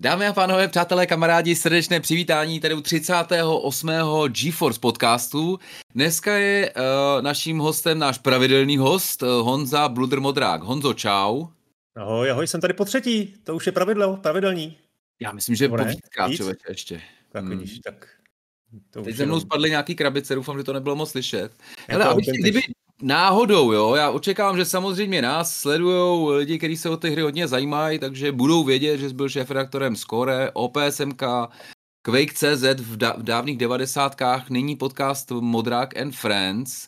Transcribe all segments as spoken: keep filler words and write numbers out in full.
Dámy a pánové, přátelé, kamarádi, srdečné přivítání tady u třicátého osmého GeForce podcastu. Dneska je uh, naším hostem náš pravidelný host uh, Honza Bluder Modrák. Honzo, čau. Ahoj, ahoj, jsem tady po třetí, to už je pravidlo, pravidelný. Já myslím, že po víckrát, člověče, ještě. Tak hmm. vidíš, tak... To Teď ze mnou spadly nějaký krabice, doufám, že to nebylo moc slyšet. Hele, abyste, kdyby náhodou, jo, já očekávám, že samozřejmě nás sledujou lidi, kteří se o ty hry hodně zajímají, takže budou vědět, že jsi byl šéfredaktorem Score, O P S M K, Quake tečka cé zet v, da- v dávných devadesátkách, nyní podcast Modrák and Friends.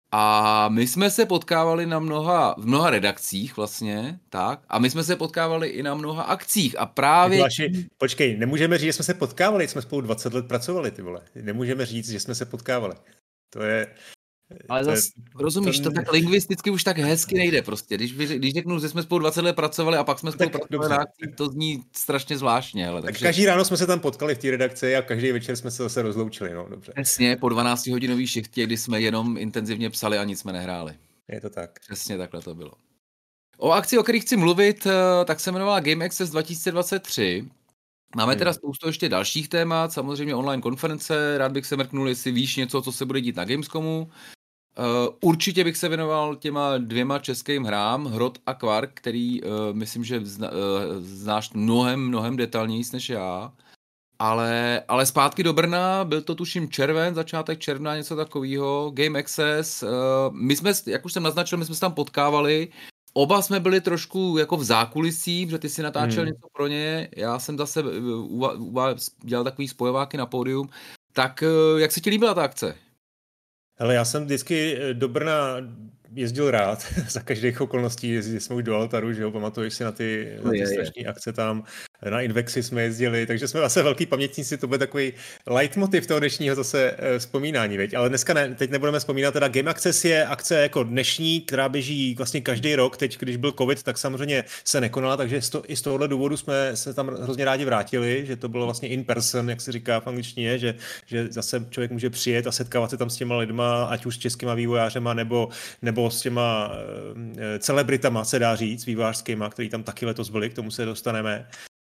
A my jsme se potkávali na mnoha, v mnoha redakcích vlastně, tak, a my jsme se potkávali i na mnoha akcích a právě... Vlaši, počkej, nemůžeme říct, že jsme se potkávali, jsme spolu dvacet let pracovali, ty vole. Nemůžeme říct, že jsme se potkávali. To je... Ale zase, rozumíš, to, to tak lingvisticky už tak hezky nejde prostě. Když, když řeknu, že jsme spolu dvacet let pracovali a pak jsme spolu tak, pracovali na akcích, to zní strašně zvláštně. Ale, tak takže... každý ráno jsme se tam potkali v té redakci a každý večer jsme se zase rozloučili, no, dobře. Přesně, po dvanáctihodinový šichtě, kdy jsme jenom intenzivně psali a nic jsme nehráli. Je to tak. Přesně takhle to bylo. O akci, o kterých chci mluvit, tak se jmenovala Game Access dva tisíce dvacet tři. Máme teda spoustu ještě dalších témat, samozřejmě online konference, rád bych se mrknul, jestli víš něco, co se bude dít na Gamescomu. Uh, určitě bych se věnoval těma dvěma českým hrám, Hrot a Quark, který uh, myslím, že zna, uh, znáš mnohem, mnohem detailnější než já. Ale, ale zpátky do Brna, byl to tuším červen, začátek června, něco takového, Game Access. Uh, my jsme, jak už jsem naznačil, my jsme se tam potkávali. Oba jsme byli trošku jako v zákulisí, protože ty si natáčel hmm. něco pro ně, já jsem zase uva, uva, dělal takový spojováky na pódium. Tak uh, jak se ti líbila ta akce? Hele, já jsem vždycky do Brna jezdil rád, za každých okolností, jezdili jsme už do Altaru, že jo, pamatuješ si na ty, na ty strašné akce tam, na Invexy jsme jezdili, takže jsme zase velký pamětníci, to bude takový leitmotiv toho dnešního zase e, vzpomínání, veď? Ale dneska ne, teď nebudeme vzpomínat, teda Game Access je akce jako dnešní, která běží vlastně každý rok, teď když byl covid, tak samozřejmě se nekonala, takže sto, i z tohohle důvodu jsme se tam hrozně rádi vrátili, že to bylo vlastně in person, jak se říká v angličtině, že, že zase člověk může přijet a setkávat se tam s těma lidma, ať už s českýma vývojářema, nebo, nebo s těma e, celebritama, se dá říct, vývojářskýma, který tam taky letos byli, k tomu se dostaneme.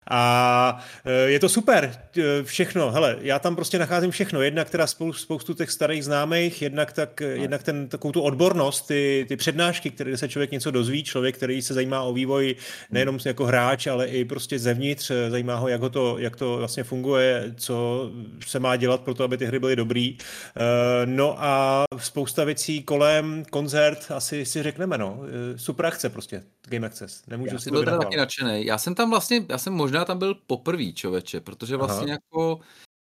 A je to super, všechno, hele, já tam prostě nacházím všechno, jednak teda spoustu, spoustu těch starých známých, jednak, tak, jednak ten, takovou tu odbornost, ty, ty přednášky, které se člověk něco dozví, člověk, který se zajímá o vývoj nejenom jako hráč, ale i prostě zevnitř, zajímá ho, jak, ho to, jak to vlastně funguje, co se má dělat pro to, aby ty hry byly dobrý. No a spousta věcí kolem, koncert, asi si řekneme, no, super akce prostě, Game Access, nemůžu já si to teda taky nadšenej. Já jsem tam vlastně, já jsem možná tam byl poprvý, člověče, protože vlastně Aha. jako,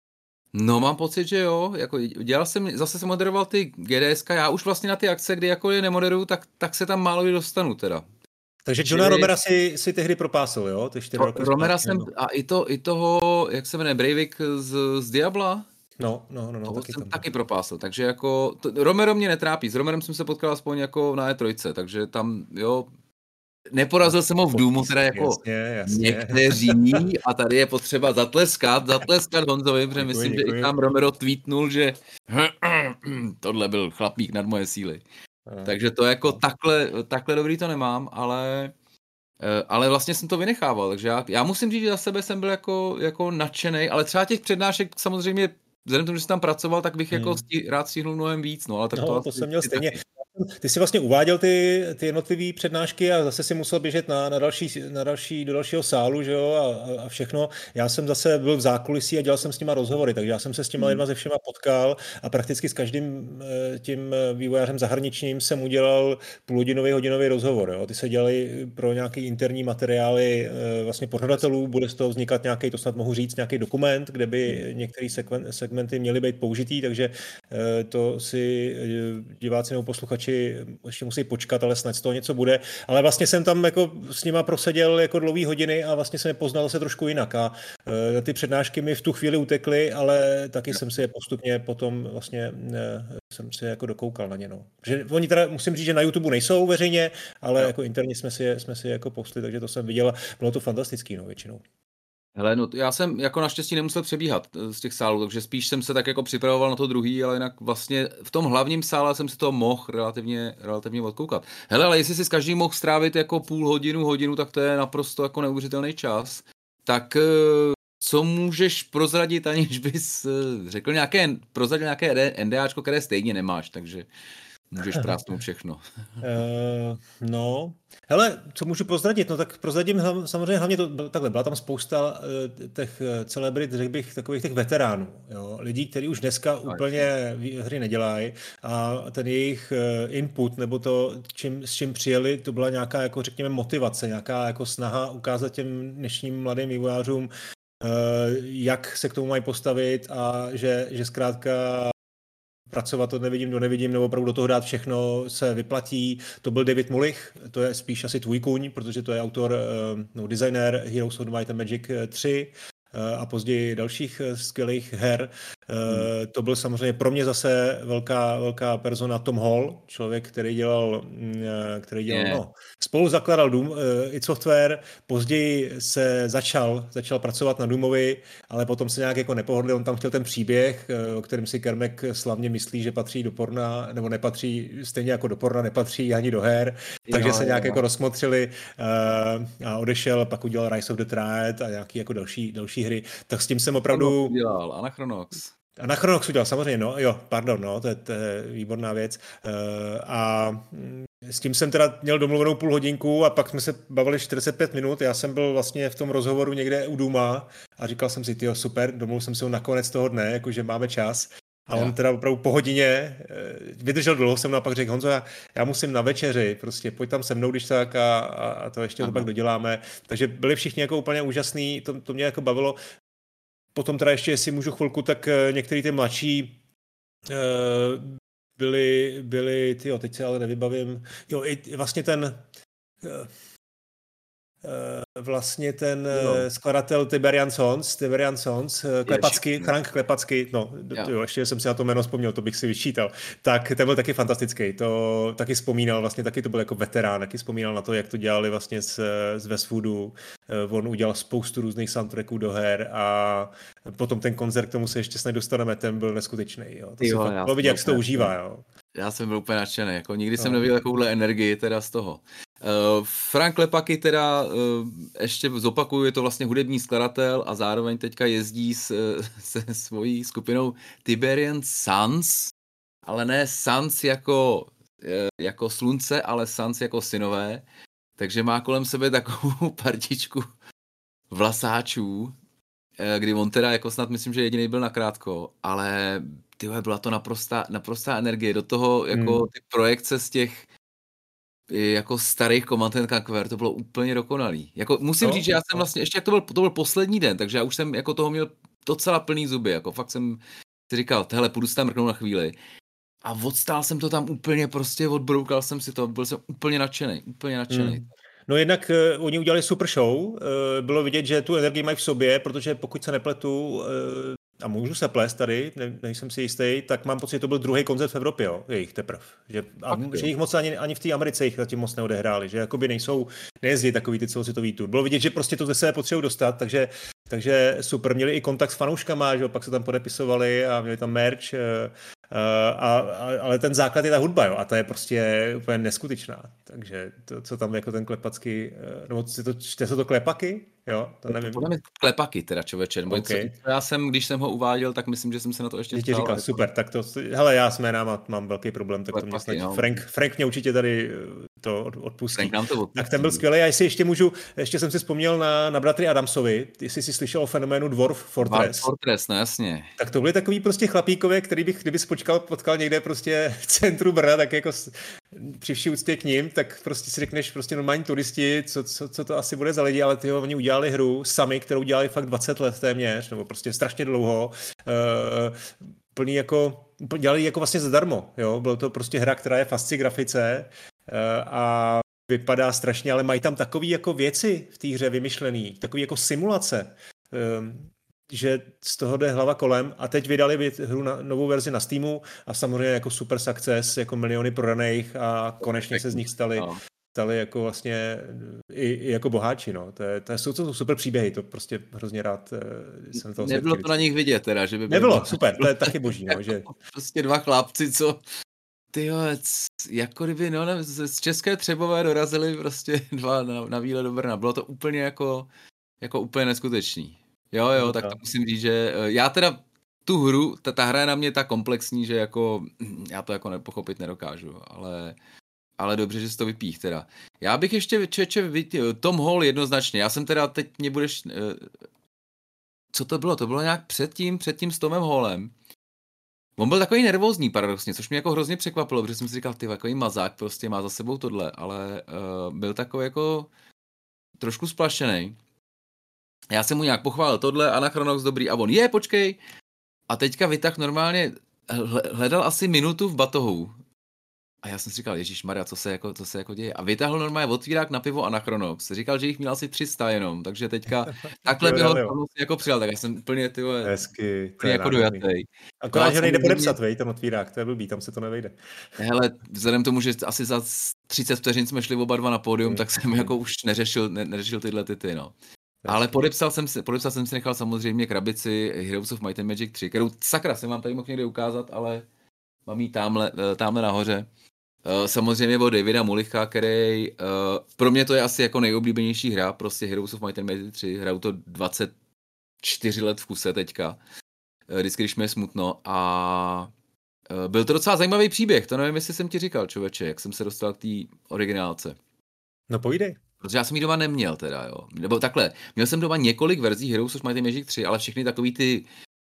no mám pocit, že jo, jako dělal jsem, zase jsem moderoval ty G D S ka, já už vlastně na ty akce, kdy jako je nemoderuju, tak, tak se tam málo kdy dostanu teda. Takže Johna Romera si, si ty hry propásl, jo? Ty čtyři Ro, roky Romera jsem, a i, to, i toho, jak se jmenuje, Breivik z, z Diabla? No, no, no, no toho taky jsem tam. taky propásl, takže jako, to, Romero mě netrápí, s Romerem jsem se potkal aspoň jako na E tři, takže tam, jo, neporazil jsem ho v Doomu, teda jako jasně, jasně. někteří, a tady je potřeba zatleskat, zatleskat Honzovi, protože myslím, děkuji. Že i tam Romero tweetnul, že tohle byl chlapík nad moje síly. A. Takže to jako takhle, takhle dobrý to nemám, ale, ale vlastně jsem to vynechával, takže já, já musím říct, že za sebe jsem byl jako, jako nadšenej, ale třeba těch přednášek samozřejmě, vzhledem k tomu, že jsem tam pracoval, tak bych hmm. jako stí, rád stihnul mnohem víc. No, ale tak no, to, to jsem měl stejně. Ty jsi vlastně uváděl ty, ty jednotlivé přednášky a zase si musel běžet na, na, další, na další, do dalšího sálu, že jo, a, a všechno. Já jsem zase byl v zákulisí a dělal jsem s nima rozhovory, takže já jsem se s těma lidma ze všema potkal a prakticky s každým tím vývojářem zahraničním jsem udělal půlhodinový, hodinový rozhovor. Jo. Ty se dělali pro nějaký interní materiály vlastně pořadatelů, bude z toho vznikat nějaký, to snad mohu říct, nějaký dokument, kde by některé segmenty měly být použitý, takže to si diváci nebo posluchači ještě musí počkat, ale snad z toho něco bude. Ale vlastně jsem tam jako s nima proseděl jako dlouhý hodiny a vlastně jsem je poznal se trošku jinak. A e, ty přednášky mi v tu chvíli utekly, ale taky jsem si je postupně potom vlastně e, jsem si jako dokoukal na ně. No. Že oni teda, musím říct, že na YouTube nejsou veřejně, ale no. jako interně jsme si je, jsme si je jako postli, takže to jsem viděl a bylo to fantastický, no, většinou. Hele, no já jsem jako naštěstí nemusel přebíhat z těch sálů, takže spíš jsem se tak jako připravoval na to druhý, ale jinak vlastně v tom hlavním sále jsem si to mohl relativně, relativně odkoukat. Hele, ale jestli si s každým mohl strávit jako půl hodinu, hodinu, tak to je naprosto jako neuvěřitelný čas. tak co můžeš prozradit, aniž bys řekl nějaké, prozradil nějaké NDAčko, které stejně nemáš, takže můžeš prásknout všechno. uh, no, hele, co můžu prozradit? No tak prozradím hlav, samozřejmě hlavně to takhle. Byla tam spousta uh, těch celebrit, řekl bych, takových těch veteránů. Jo? Lidí, kteří už dneska no, úplně hry nedělají a ten jejich uh, input, nebo to, čím, s čím přijeli, to byla nějaká, jako řekněme, motivace, nějaká jako snaha ukázat těm dnešním mladým vývojářům, jak se k tomu mají postavit a že, že zkrátka pracovat to nevidím, do nevidím, nebo opravdu do toho dát všechno se vyplatí. To byl David Mulich, to je spíš asi tvůj kůň, protože to je autor, no, designér Heroes of Might and Magic tři a později dalších skvělých her. Hmm. To byl samozřejmě pro mě zase velká, velká persona Tom Hall, člověk, který dělal, který dělal yeah. no, spolu zakládal Doom, uh, id Software, později se začal, začal pracovat na Doomovi, ale potom se nějak jako nepohodl, on tam chtěl ten příběh, uh, o kterém si Kermek slavně myslí, že patří do porna, nebo nepatří, stejně jako do porna nepatří ani do her, takže jo, se nějak jo. jako rozmotřili uh, a odešel, pak udělal Rise of the Triad a nějaký jako další, další hry, tak s tím jsem opravdu... Udělal Anachronox. Anachronox udělal, samozřejmě, no, jo, pardon, no, to je, to je výborná věc. Uh, a s tím jsem teda měl domluvenou půl hodinku a pak jsme se bavili čtyřicet pět minut. Já jsem byl vlastně v tom rozhovoru někde u Duma a říkal jsem si, tyjo, super, domluvil jsem se ho nakonec toho dne, jakože máme čas. A on teda opravdu po hodině vydržel dlouho se mnou a pak řekl, Honzo, já, já musím na večeři, prostě pojď tam se mnou, když tak a, a to ještě to pak doděláme. Takže byli všichni jako úplně úžasný, to, to mě jako bavilo. Potom teda ještě, jestli můžu chvilku, tak některý ty mladší uh, byli, byli, tyjo, teď se ale nevybavím, jo, i vlastně ten uh, uh, vlastně ten no. skladatel Tiberian Sons, Tiberian Sons, Klepacky, Frank Klepacky, no, jo. Jo, ještě jsem si na to jméno vzpomněl, to bych si vyčítal, tak ten byl taky fantastický, to taky vzpomínal, vlastně taky to byl jako veterán, taky vzpomínal na to, jak to dělali vlastně z, z Westwoodu, on udělal spoustu různých soundtracků do her a potom ten koncert, k tomu se ještě snad dostaneme, ten byl neskutečný, jo, to jo, si fakt bylo vidět, jak se to užívá, jo. Já jsem byl úplně nadšený, jako nikdy no. jsem neviděl takovouhle energii teda z toho. Uh, Frank Klepacky teda, uh, ještě zopakuju, je to vlastně hudební skladatel a zároveň teďka jezdí s, se svojí skupinou Tiberian Sons, ale ne Sons jako, jako slunce, ale Sons jako synové, takže má kolem sebe takovou partičku vlasáčů, kdy on teda jako snad myslím, že jediný byl nakrátko, ale tyhle, byla to naprostá, naprostá energie, do toho jako hmm. ty projekce z těch jako starých Command and Conquer, to bylo úplně dokonalý. Jako musím no, říct, že já jsem vlastně, ještě jak to byl, to byl poslední den, takže já už jsem jako toho měl docela plný zuby, jako fakt jsem si říkal, hele, půjdu si tam mrknout na chvíli. A odstál jsem to tam úplně, prostě odbroukal jsem si to, byl jsem úplně nadšený, úplně nadšený. Hmm. No jednak uh, oni udělali super show, uh, bylo vidět, že tu energii mají v sobě, protože pokud se nepletu, uh, a můžu se plést tady, ne, nejsem si jistý, tak mám pocit, že to byl druhý koncert v Evropě, jo, jejich teprv. Že, a, že jich moc ani, ani v té Americe jich zatím moc neodehráli, že jakoby nejsou, nejezdí takový ty celosvětový tur. Bylo vidět, že prostě to ze sebe potřebují dostat, takže, takže super, měli i kontakt s fanouškama, že pak se tam podepisovali a měli tam merch, Uh, a, a, ale ten základ je ta hudba, jo, a ta je prostě úplně neskutečná. Takže to, co tam jako ten Klepacky, uh, nebo to, čte se to Klepaky? Jo, to nevím. Podle mě Klepaky teda, člověče. Okay. Co, já jsem, když jsem ho uváděl, tak myslím, že jsem se na to ještě ptal. Říkal, super, tak to, hele, já s jménama mám velký problém, tak Klepaky, to mě snad, no. Frank, Frank mě určitě tady to odpustí. Frank nám to odpustí. Tak ten byl skvělý, a jestli ještě můžu, ještě jsem si vzpomněl na, na bratry Adamsovi, jestli jsi slyšel o fenoménu Dwarf Fortress. Dwarf Fortress, no jasně. Tak to byly takový prostě chlapíkové, který bych, kdyby spočkal, potkal někde prostě v centru Brna, tak jako při vší úctě k ním, tak prostě si řekneš prostě normální turisti, co, co, co to asi bude za lidi, ale tyho, oni udělali hru sami, kterou dělali fakt dvacet let téměř, nebo prostě strašně dlouho, uh, plný jako, dělali jako vlastně zadarmo, jo, bylo to prostě hra, která je fasci grafice uh, a vypadá strašně, ale mají tam takový jako věci v té hře vymyšlený, takový jako simulace, um, že z toho jde hlava kolem, a teď vydali hru na novou verzi na Steamu a samozřejmě jako super success, jako miliony prodaných a konečně se z nich stali, stali jako vlastně i, i jako boháči, no. To, je, to jsou to super příběhy, to prostě hrozně rád jsem toho Nebylo svědky. To na nich vidět teda, že by Nebylo, bylo. Super, to je taky boží, no, že... Prostě dva chlapci, co tyjo, jako kdyby, no, z České Třebové dorazili prostě dva na, na výlet do Brna. Bylo to úplně jako jako úplně neskutečný. Jo, jo, No tak to tak. musím říct, že eh, já teda tu hru, ta, ta hra je na mě tak komplexní, že jako já to jako nepochopit nedokážu, ale, ale dobře, že jsi to vypích teda. Já bych ještě čeče Tom Hall jednoznačně, já jsem teda, teď mě budeš, eh, co to bylo, to bylo nějak předtím, předtím s Tomem Hallem. On byl takový nervózní paradoxně, což mě jako hrozně překvapilo, protože jsem si říkal, ty takový mazák prostě má za sebou tohle, ale uh, byl takový jako trošku splašený. Já jsem mu nějak pochválil tohle, Anachronox dobrý a on, je, počkej. A teďka vytah normálně, hledal asi minutu v batohu. A já jsem si říkal, ježišmarja, co se jako, co se jako děje. A vytáhl normálně otvírák na pivo Anachronox. Říkal, že jich měl asi tři sta jenom, takže teďka takhle by ho jako přijal, tak já jsem úplně, ty vole, hezky, úplně jako dojatej. Akorát, že nejde podepsat, vej, ten otvírák, to je blbý, tam se to nevejde. Hele, vzhledem tomu, že asi za třicet vteřin jsme šli oba dva na pódium, mm. tak jsem jako už neřešil, ne, neřešil tyhle tyty, no. Ale podepsal jsem si, podepsal jsem si nechal samozřejmě krabici Heroes of Might and Magic tři, kterou sakra jsem vám tady mohl někde ukázat, ale mám ji tamhle, tamhle nahoře. Samozřejmě od Davida Mulicha, který, pro mě to je asi jako nejoblíbenější hra, prostě Heroes of Might and Magic tři, hraju to dvacet čtyři let v kuse teďka, vždycky, když mi je smutno a byl to docela zajímavý příběh, to nevím, jestli jsem ti říkal, člověče, jak jsem se dostal k té originálce. No pojdej. Protože já jsem ji doma neměl teda, jo. Nebo takhle, měl jsem doma několik verzí Heroes of Might and Magic tři, ale všechny takový ty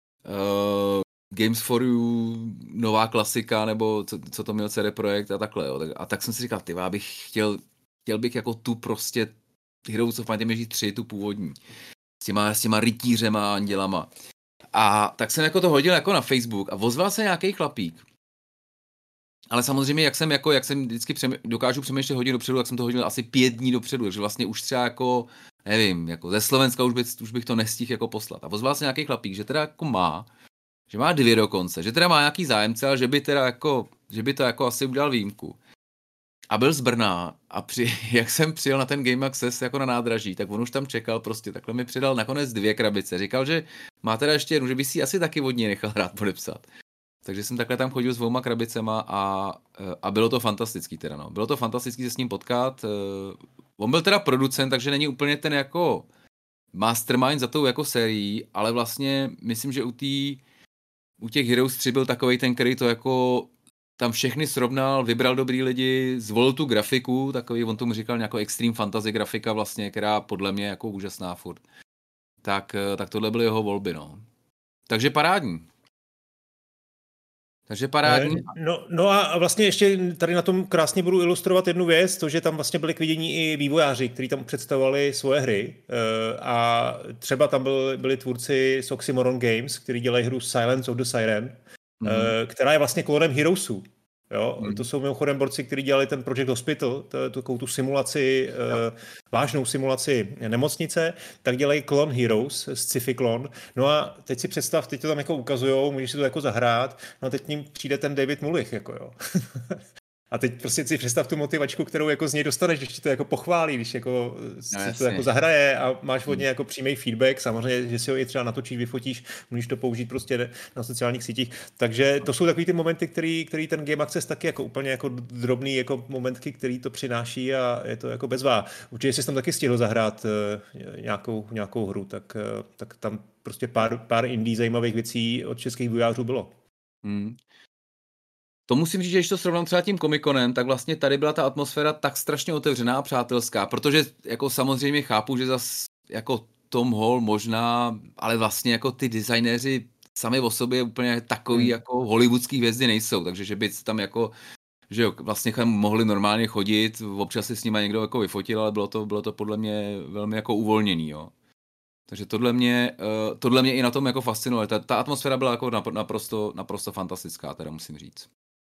uh, Games for You, nová klasika, nebo co, co to měl C D Projekt a takhle, jo. A tak jsem si říkal, ty, já bych chtěl, chtěl bych jako tu prostě Heroes of Might and Magic tři, tu původní. S těma, s těma rytířema, andělama. A tak jsem jako to hodil jako na Facebook a ozval se nějaký chlapík. Ale samozřejmě, jak jsem, jako, jak jsem vždycky přemý, dokážu přemýšlet hodinu dopředu, tak jsem to hodil asi pět dní dopředu, takže vlastně už třeba jako, nevím, jako ze Slovenska už, by, už bych to nestihl jako poslat. A ozval se nějaký chlapík, že teda jako má, že má dvě dokonce, že teda má nějaký zájemce, ale že by teda jako, že by to jako asi udělal výjimku. A byl z Brna a při, jak jsem přijel na ten Game Access jako na nádraží, tak on už tam čekal prostě, takhle mi přidal nakonec dvě krabice. Říkal, že má teda ještě jednu, že by si asi taky od něj nechal rád podepsat. Takže jsem takhle tam chodil s dvouma krabicema a, a bylo to fantastický teda, no. Bylo to fantastický se s ním potkat. On byl teda producent, takže není úplně ten jako mastermind za tou jako sérií, ale vlastně myslím, že u, tý, u těch Heroes tři byl takovej ten, který to jako tam všechny srovnal, vybral dobrý lidi, zvolil tu grafiku, takový, on tomu říkal nějakou extreme fantasy grafika vlastně, která podle mě jako úžasná furt. Tak, tak tohle byly jeho volby, no. Takže parádní. Takže parádní. No, no a vlastně ještě tady na tom krásně budu ilustrovat jednu věc, to, že tam vlastně byli k vidění i vývojáři, kteří tam představovali svoje hry a třeba tam byl, byli tvůrci z Oxymoron Games, kteří dělají hru Silence of the Siren, mm-hmm. která je vlastně klonem Heroesů. Jo? Mm. To jsou mimochodem borci, kteří dělali ten Project Hospital, takovou tu simulaci, uh, vážnou simulaci nemocnice, tak dělají klon Heroes, sci-fi klon. No a teď si představ, teď to tam jako ukazujou, můžeš si to jako zahrát, no a teď k ním přijde ten David Mulich, jako jo. A teď prostě si představ tu motivačku, kterou jako z něj dostaneš, když ti to jako pochválí, když jako no, si to jako zahraje a máš od něj jako přímý feedback, samozřejmě, že si ho i třeba natočíš, vyfotíš, můžeš to použít prostě na sociálních sítích. Takže to jsou takový ty momenty, který, který ten Game Access taky jako úplně jako drobný jako momentky, který to přináší a je to jako bezvá. Určitě jsi tam taky stihl zahrát uh, nějakou, nějakou hru, tak, uh, tak tam prostě pár, pár indie zajímavých věcí od českých vývojářů bylo. Hmm. To musím říct, že když to srovnám třeba tím Comic-Conem, tak vlastně tady byla ta atmosféra tak strašně otevřená a přátelská, protože jako samozřejmě chápu, že zas jako Tom Hall možná, ale vlastně jako ty designéři sami o sobě úplně takový hmm. jako hollywoodský hvězdy nejsou, takže že by tam jako, že jo, vlastně mohli normálně chodit, občas si s nimi někdo jako vyfotil, ale bylo to, bylo to podle mě velmi jako uvolněný, jo. Takže tohle mě, tohle mě i na tom jako fascinuje, ta, ta atmosféra byla jako naprosto, naprosto fantastická, teda musím říct.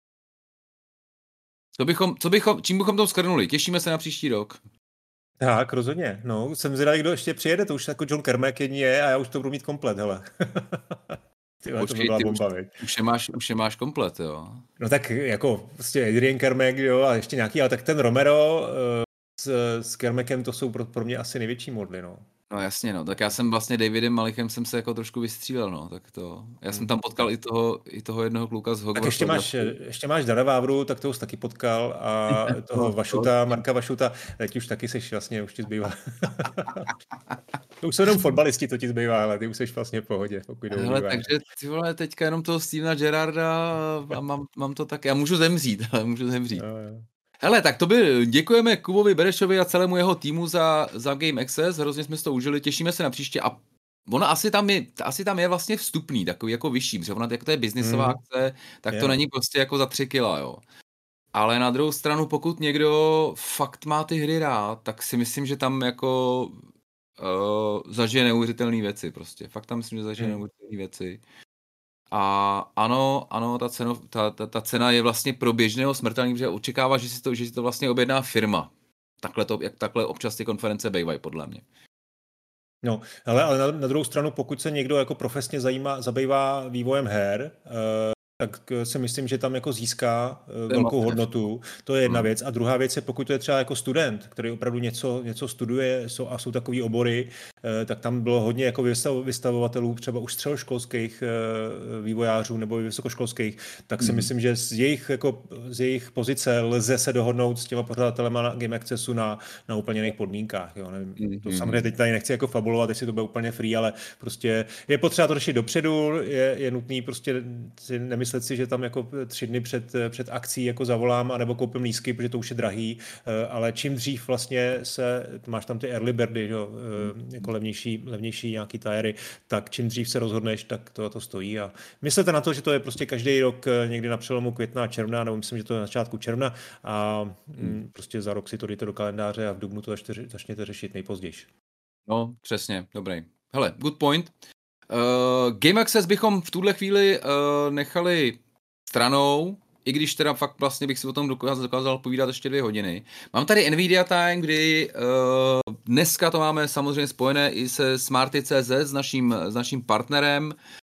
Co bychom, co bychom, čím bychom to skrnuli? Těšíme se na příští rok. Tak, rozhodně. No, jsem zvědavý, kdo ještě přijede, to už jako John Carmack jední je a já už to budu mít komplet, hele. Tyhle, Počkej, to by byla ty bomba, už, už, je máš, už je máš komplet, jo? No tak jako prostě Adrian Carmack, jo, a ještě nějaký, ale tak ten Romero uh, s, s Carmackem to jsou pro, pro mě asi největší modly, no. No jasně, no. Tak já jsem vlastně Davidem Malichem jsem se jako trošku vystřílel, no. Tak to... Já jsem tam potkal i toho, i toho jednoho kluka z Tak Hogwarts ještě máš, Legacy. ještě máš Dana Vávru, tak to už taky potkal a toho No, to... Vašuta, Marka Vašuta, teď už taky seš vlastně, už ti zbývá. To už jsou jenom fotbalisti, to ti zbývá, ale ty už seš vlastně v pohodě, pokud jdou Hele, takže ty vole, teďka jenom toho Stevena Gerrarda a mám, mám to tak, já můžu zemřít, ale můžu zemřít. No, jo. Hele, tak to by, děkujeme Kubovi Berešovi a celému jeho týmu za, za Game Access, hrozně jsme si to užili, těšíme se na příště a ono asi tam je, asi tam je vlastně vstupný, takový jako vyšší, protože ona, jak to je biznisová Mm, akce, tak je. to není prostě jako za tři kila, jo. Ale na druhou stranu, pokud někdo fakt má ty hry rád, tak si myslím, že tam jako uh, zažije neuvěřitelné věci prostě. Fakt tam myslím, že zažije Mm. neuvěřitelné věci. A ano, ano, ta, ceno, ta, ta, ta cena je vlastně pro běžného smrtelníka, protože očekává, že si to, že si to vlastně objedná firma. Takhle, to, jak takhle občas ty konference bývají, podle mě. No, ale, ale na, na druhou stranu, pokud se někdo jako profesně zajímá, zabývá vývojem her, uh, tak si myslím, že tam jako získá uh, velkou hodnotu. To je jedna hmm. věc. A druhá věc je, pokud to je třeba jako student, který opravdu něco, něco studuje jsou, a jsou takový obory, uh, tak tam bylo hodně jako vystav, vystavovatelů, třeba už středoškolských uh, vývojářů nebo vysokoškolských, tak si hmm. myslím, že z jejich, jako, z jejich pozice lze se dohodnout s těma pořadatelema na Game Accessu na, na úplně jiných podmínkách. Jo. Nevím, hmm. To samozřejmě teď tady nechci jako fabulovat, jestli to bude úplně free, ale prostě je potřeba to řešit dopředu, je, je nutný prostě si nemyslet si, že tam jako tři dny před, před akcí jako zavolám anebo koupím lístky, protože to už je drahý, ale čím dřív vlastně se, máš tam ty early birdy, jo, jako levnější, levnější nějaký tajery, tak čím dřív se rozhodneš, tak to, to stojí a myslete na to, že to je prostě každý rok někdy na přelomu května a června, nebo myslím, že to je na začátku června a hmm. prostě za rok si to dejte do kalendáře a v dubnu to ještě začněte řešit nejpozději. No, přesně, dobrý. Hele, good point. Uh, Game Access bychom v tuhle chvíli uh, nechali stranou, i když teda fakt vlastně bych si o tom dokázal, dokázal povídat ještě dvě hodiny. Mám tady Nvidia Time, kdy uh, dneska to máme samozřejmě spojené i se Smarty tečka cé zet s naším, s naším partnerem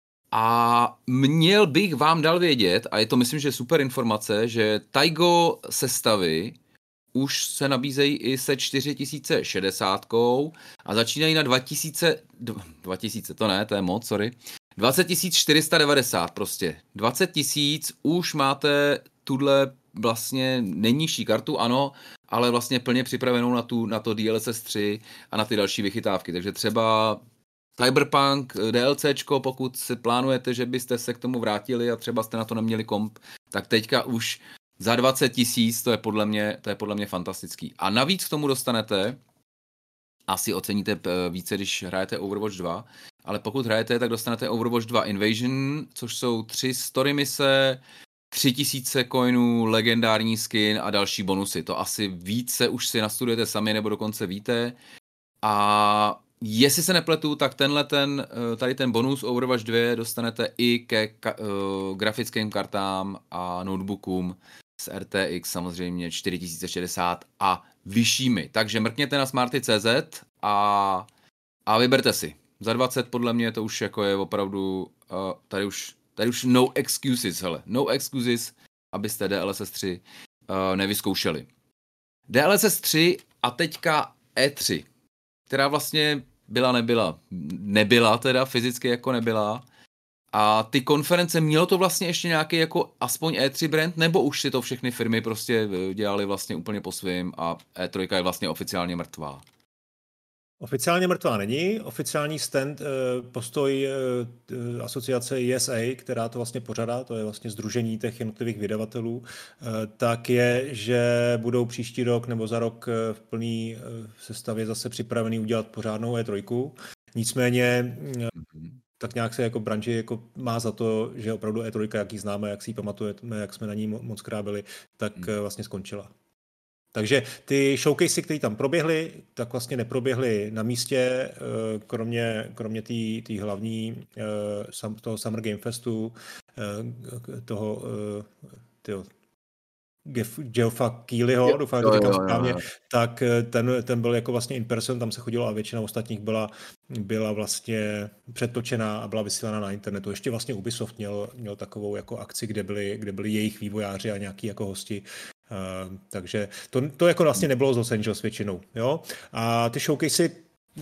a měl bych vám dal vědět, a je to myslím, že super informace, že Taigo sestavy už se nabízejí i se čtyři tisíce šedesát a začínají na dva tisíce, dva tisíce, to ne, to je moc, sorry, dvacet tisíc čtyři sta devadesát prostě. dvacet tisíc už máte tuhle vlastně nejnižší kartu, ano, ale vlastně plně připravenou na, tu, na to D L S S tři a na ty další vychytávky, takže třeba Cyberpunk, DLCčko, pokud si plánujete, že byste se k tomu vrátili a třeba jste na to neměli komp, tak teďka už za dvacet tisíc, to je podle mě, to je podle mě fantastický. A navíc k tomu dostanete, asi oceníte více, když hrajete Overwatch dva, ale pokud hrajete, tak dostanete Overwatch dva Invasion, což jsou tři story mise, tři tisíce coinů, legendární skin a další bonusy. To asi více už si nastudujete sami, nebo dokonce víte. A jestli se nepletu, tak tenhle ten, tady ten bonus Overwatch dva dostanete i ke ka- uh, grafickým kartám a notebookům s R T X samozřejmě čtyři tisíce šedesát a vyššími. Takže mrkněte na smarty tečka cé zet a, a vyberte si. Za dvacet podle mě to už jako je opravdu, uh, tady už tady už no excuses, hele. No excuses, abyste D L S S tři uh, nevyzkoušeli. D L S S tři a teďka E tři, která vlastně byla, nebyla. Nebyla teda, fyzicky jako nebyla. A ty konference, mělo to vlastně ještě nějaký jako aspoň E tři brand, nebo už si to všechny firmy prostě dělali vlastně úplně po svým a E tři je vlastně oficiálně mrtvá? Oficiálně mrtvá není. Oficiální stand, postoj asociace E S A, která to vlastně pořádá, to je vlastně sdružení těch jednotlivých vydavatelů, tak je, že budou příští rok nebo za rok v plný sestavě zase připravený udělat pořádnou E tři. Nicméně mm-hmm. tak nějak se jako branži jako má za to, že opravdu E tři, jak ji známe, jak si ji pamatujeme, jak jsme na ní moc krát byli, tak mm. vlastně skončila. Takže ty showcasey, které tam proběhly, tak vlastně neproběhly na místě, kromě, kromě té hlavní toho Summer Game Festu, toho tyjo, Geoffa Keelyho, doufám, že to říkám správně, tak ten, ten byl jako vlastně in person, tam se chodilo a většina ostatních byla, byla vlastně předtočená a byla vysílána na internetu. Ještě vlastně Ubisoft měl, měl takovou jako akci, kde byli, kde byli jejich vývojáři a nějaký jako hosti. Uh, takže to, to jako vlastně nebylo z Los Angeles většinou. Jo? A ty showcasey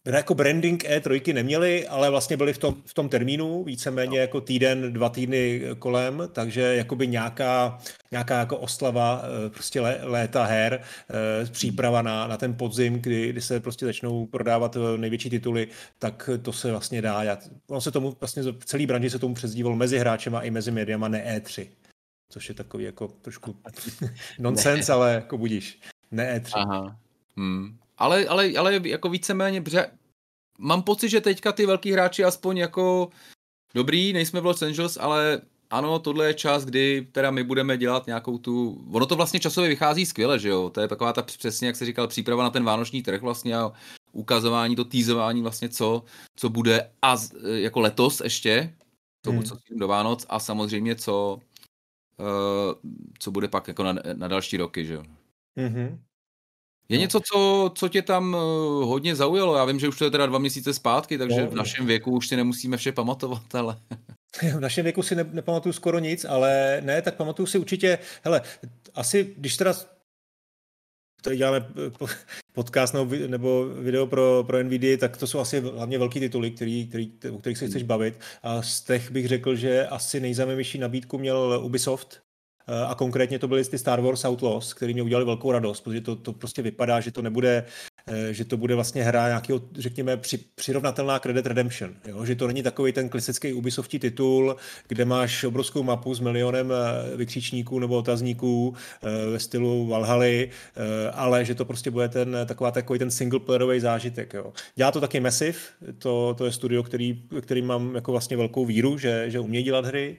jako branding E tři neměli, ale vlastně byli v tom, v tom termínu, víceméně jako týden, dva týdny kolem, takže jakoby nějaká, nějaká jako oslava prostě lé, léta her, příprava na, na ten podzim, kdy, kdy se prostě začnou prodávat největší tituly, tak to se vlastně dá. Já, on se tomu vlastně v celý branži se tomu přezdíval mezi hráčema i mezi médiama ne E tři, což je takový jako trošku nonsens, ale jako budíš. Ne E tři. Aha. Hmm. Ale, ale, ale jako víceméně, protože mám pocit, že teďka ty velký hráči aspoň jako dobrý, nejsme v Los Angeles, ale ano, tohle je čas, kdy teda my budeme dělat nějakou tu, ono to vlastně časově vychází skvěle, že jo, to je taková ta přesně, jak se říkal, příprava na ten vánoční trh vlastně a ukazování, to týzování vlastně, co, co bude a jako letos ještě, tomu, hmm. co s tím do Vánoc a samozřejmě, co, uh, co bude pak jako na, na další roky, že jo. Mhm. Je no. něco, co, co tě tam hodně zaujalo? Já vím, že už to je teda dva měsíce zpátky, takže no. v našem věku už si nemusíme vše pamatovat, ale... V našem věku si ne, nepamatuju skoro nic, ale ne, tak pamatuju si určitě, hele, asi, když teda tady děláme podcast nebo, nebo video pro, pro N V D, tak to jsou asi hlavně velký tituly, který, který, o kterých se chceš bavit. A z těch bych řekl, že asi nejzajímavější nabídku měl Ubisoft, a konkrétně to byly ty Star Wars Outlaws, který mě udělali velkou radost, protože to, to prostě vypadá, že to nebude, že to bude vlastně hra nějakého, řekněme, při, přirovnatelná k Red Dead Redemption, jo? Že to není takový ten klasický Ubisoftí titul, kde máš obrovskou mapu s milionem vykřičníků nebo otazníků ve stylu Valhaly, ale že to prostě bude ten, taková, takový ten singleplayerový zážitek. Jo? Dělá to taky Massive, to, to je studio, který, který mám jako vlastně velkou víru, že, že umí dělat hry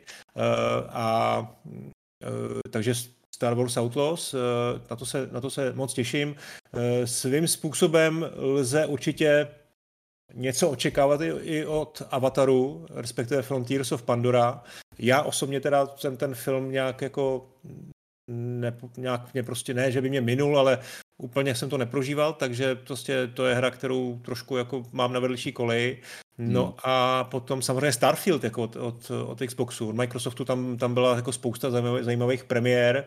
a Uh, takže Star Wars Outlaws, uh, na, to se, na to se moc těším. Uh, svým způsobem lze určitě něco očekávat i, i od Avataru, respektive Frontiers of Pandora. Já osobně teda jsem ten film nějak jako ne, nějak mě prostě ne, že by mě minul, ale úplně jsem to neprožíval, takže prostě to je hra, kterou trošku jako mám na vedlejší koleji. No hmm. a potom samozřejmě Starfield jako od, od, od Xboxu, od Microsoftu tam, tam byla jako spousta zajímavých, zajímavých premiér,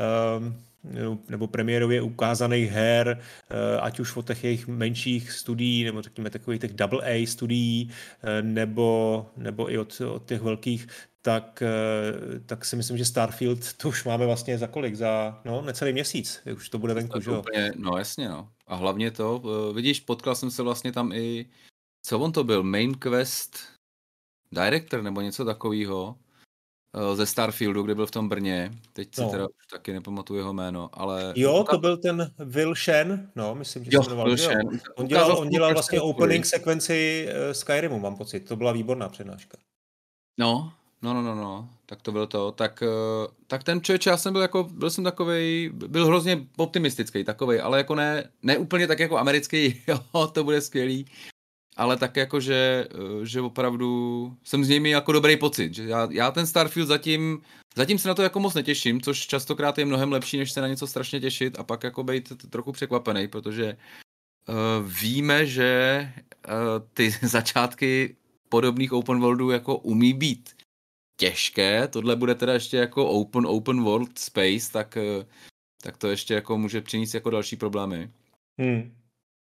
um, nebo premiérově ukázaných her, uh, ať už od těch jejich menších studií, nebo řekněme takových těch double A studií, uh, nebo, nebo i od, od těch velkých, tak, uh, tak si myslím, že Starfield to už máme vlastně za kolik? Za no, necelý měsíc, už to bude venku, že jo? Úplně, no jasně, no. A hlavně to, uh, vidíš, potkal jsem se vlastně tam i co on to byl? Main Quest Director nebo něco takového ze Starfieldu, kde byl v tom Brně. Teď si no. teda už taky nepamatuju jeho jméno, ale... Jo, to byl ten Will Shen, no, myslím, že jo, se jmenoval. Jo. On dělal, on dělal vlastně opening sekvenci Skyrimu, mám pocit. To byla výborná přednáška. No, no, no, no, no. Tak to bylo to. Tak, tak ten člověk, já jsem byl jako, byl jsem takovej, byl hrozně optimistický takovej, ale jako ne, ne úplně tak jako americký, jo, to bude skvělý. Ale tak jako, že, že opravdu jsem z něj měl jako dobrý pocit. Že já, já ten Starfield zatím, zatím se na to jako moc netěším, což častokrát je mnohem lepší, než se na něco strašně těšit a pak jako být trochu překvapený, protože uh, víme, že uh, ty začátky podobných open worldů jako umí být těžké. Tohle bude teda ještě jako open, open world space, tak, uh, tak to ještě jako může přinést jako další problémy. Hmm.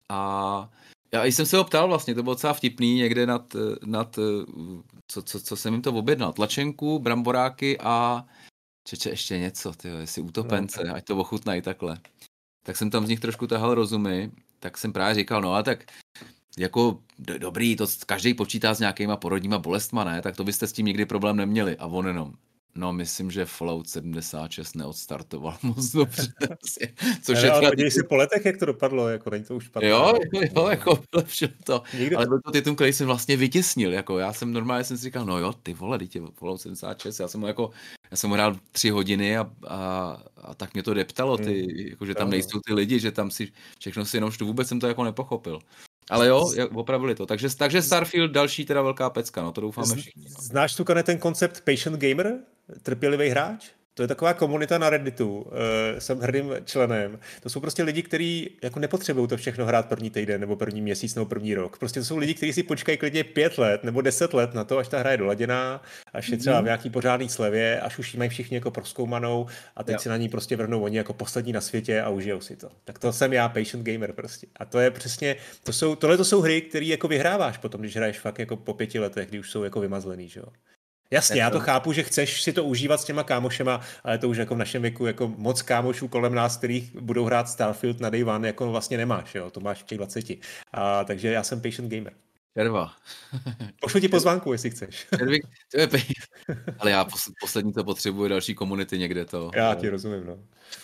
A já jsem se ho ptal vlastně, to bylo docela vtipný, někde nad, nad co, co, co jsem jim to objednal, tlačenku, bramboráky a čeče ještě něco, tyjo, jestli utopence, no. Ať to ochutnají takhle. Tak jsem tam z nich trošku tahal rozumy, tak jsem právě říkal, no a tak jako do, dobrý, to každý počítá s nějakýma porodníma bolestma, ne, tak to byste s tím nikdy problém neměli a on jenom. No, myslím, že Fallout sedmdesát šest neodstartoval moc dobře. Což ale, je ale podívej si po letech, jak to dopadlo, jako není to už špatné. Jo, jo, jako vylepšil to. Nikdy... Ale byl to titul, který jsem vlastně vytěsnil, jako já jsem normálně jsem si říkal, no jo, ty vole, dítě Fallout sedmdesát šest, já jsem ho jako, já jsem ho hrál tři hodiny a, a, a tak mě to deptalo, ty, hmm. jako, že tam no, nejsou ty lidi, že tam si všechno si jenom štu, vůbec jsem to jako nepochopil. Ale jo, opravili to. Takže, takže Starfield další teda velká pecka, no to doufáme všichni. No. Znáš tu, Kane, ten koncept patient gamer? Trpělivý hráč? to je taková komunita na Redditu, uh, jsem hrdým členem. To jsou prostě lidi, kteří jako nepotřebují to všechno hrát první týden, nebo první měsíc, nebo první rok. Prostě to jsou lidi, kteří si počkají klidně pět let, nebo deset let na to, až ta hra je doladěná, až je třeba v nějaký pořádný slevě, až už ji mají všichni jako prozkoumanou a teď jo. si na ní prostě vrhnou oni jako poslední na světě a užijou si to. Tak to jsem já, patient gamer prostě. A to je přesně, to jsou, tohle to jsou hry, které jako vyhráváš potom, když hraješ fakt jako po pěti letech, kdy už jsou jako vymazlený, že jo. Jasně, já to chápu, že chceš si to užívat s těma kámošema, ale to už jako v našem věku jako moc kámošů kolem nás, kterých budou hrát Starfield na day one, jako vlastně nemáš, jo, to máš v těch dvaceti. A, takže já jsem patient gamer. Červa. Pošlu ti pozvánku, jestli chceš. Červík, to je pej... Ale já poslední to potřebuji další komunity někde to. Já ti rozumím, no. Uh,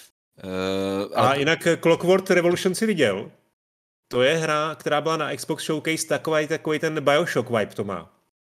A to... jinak Clockwork Revolution si viděl? To je hra, která byla na Xbox Showcase, takový, takový ten Bioshock vibe to má.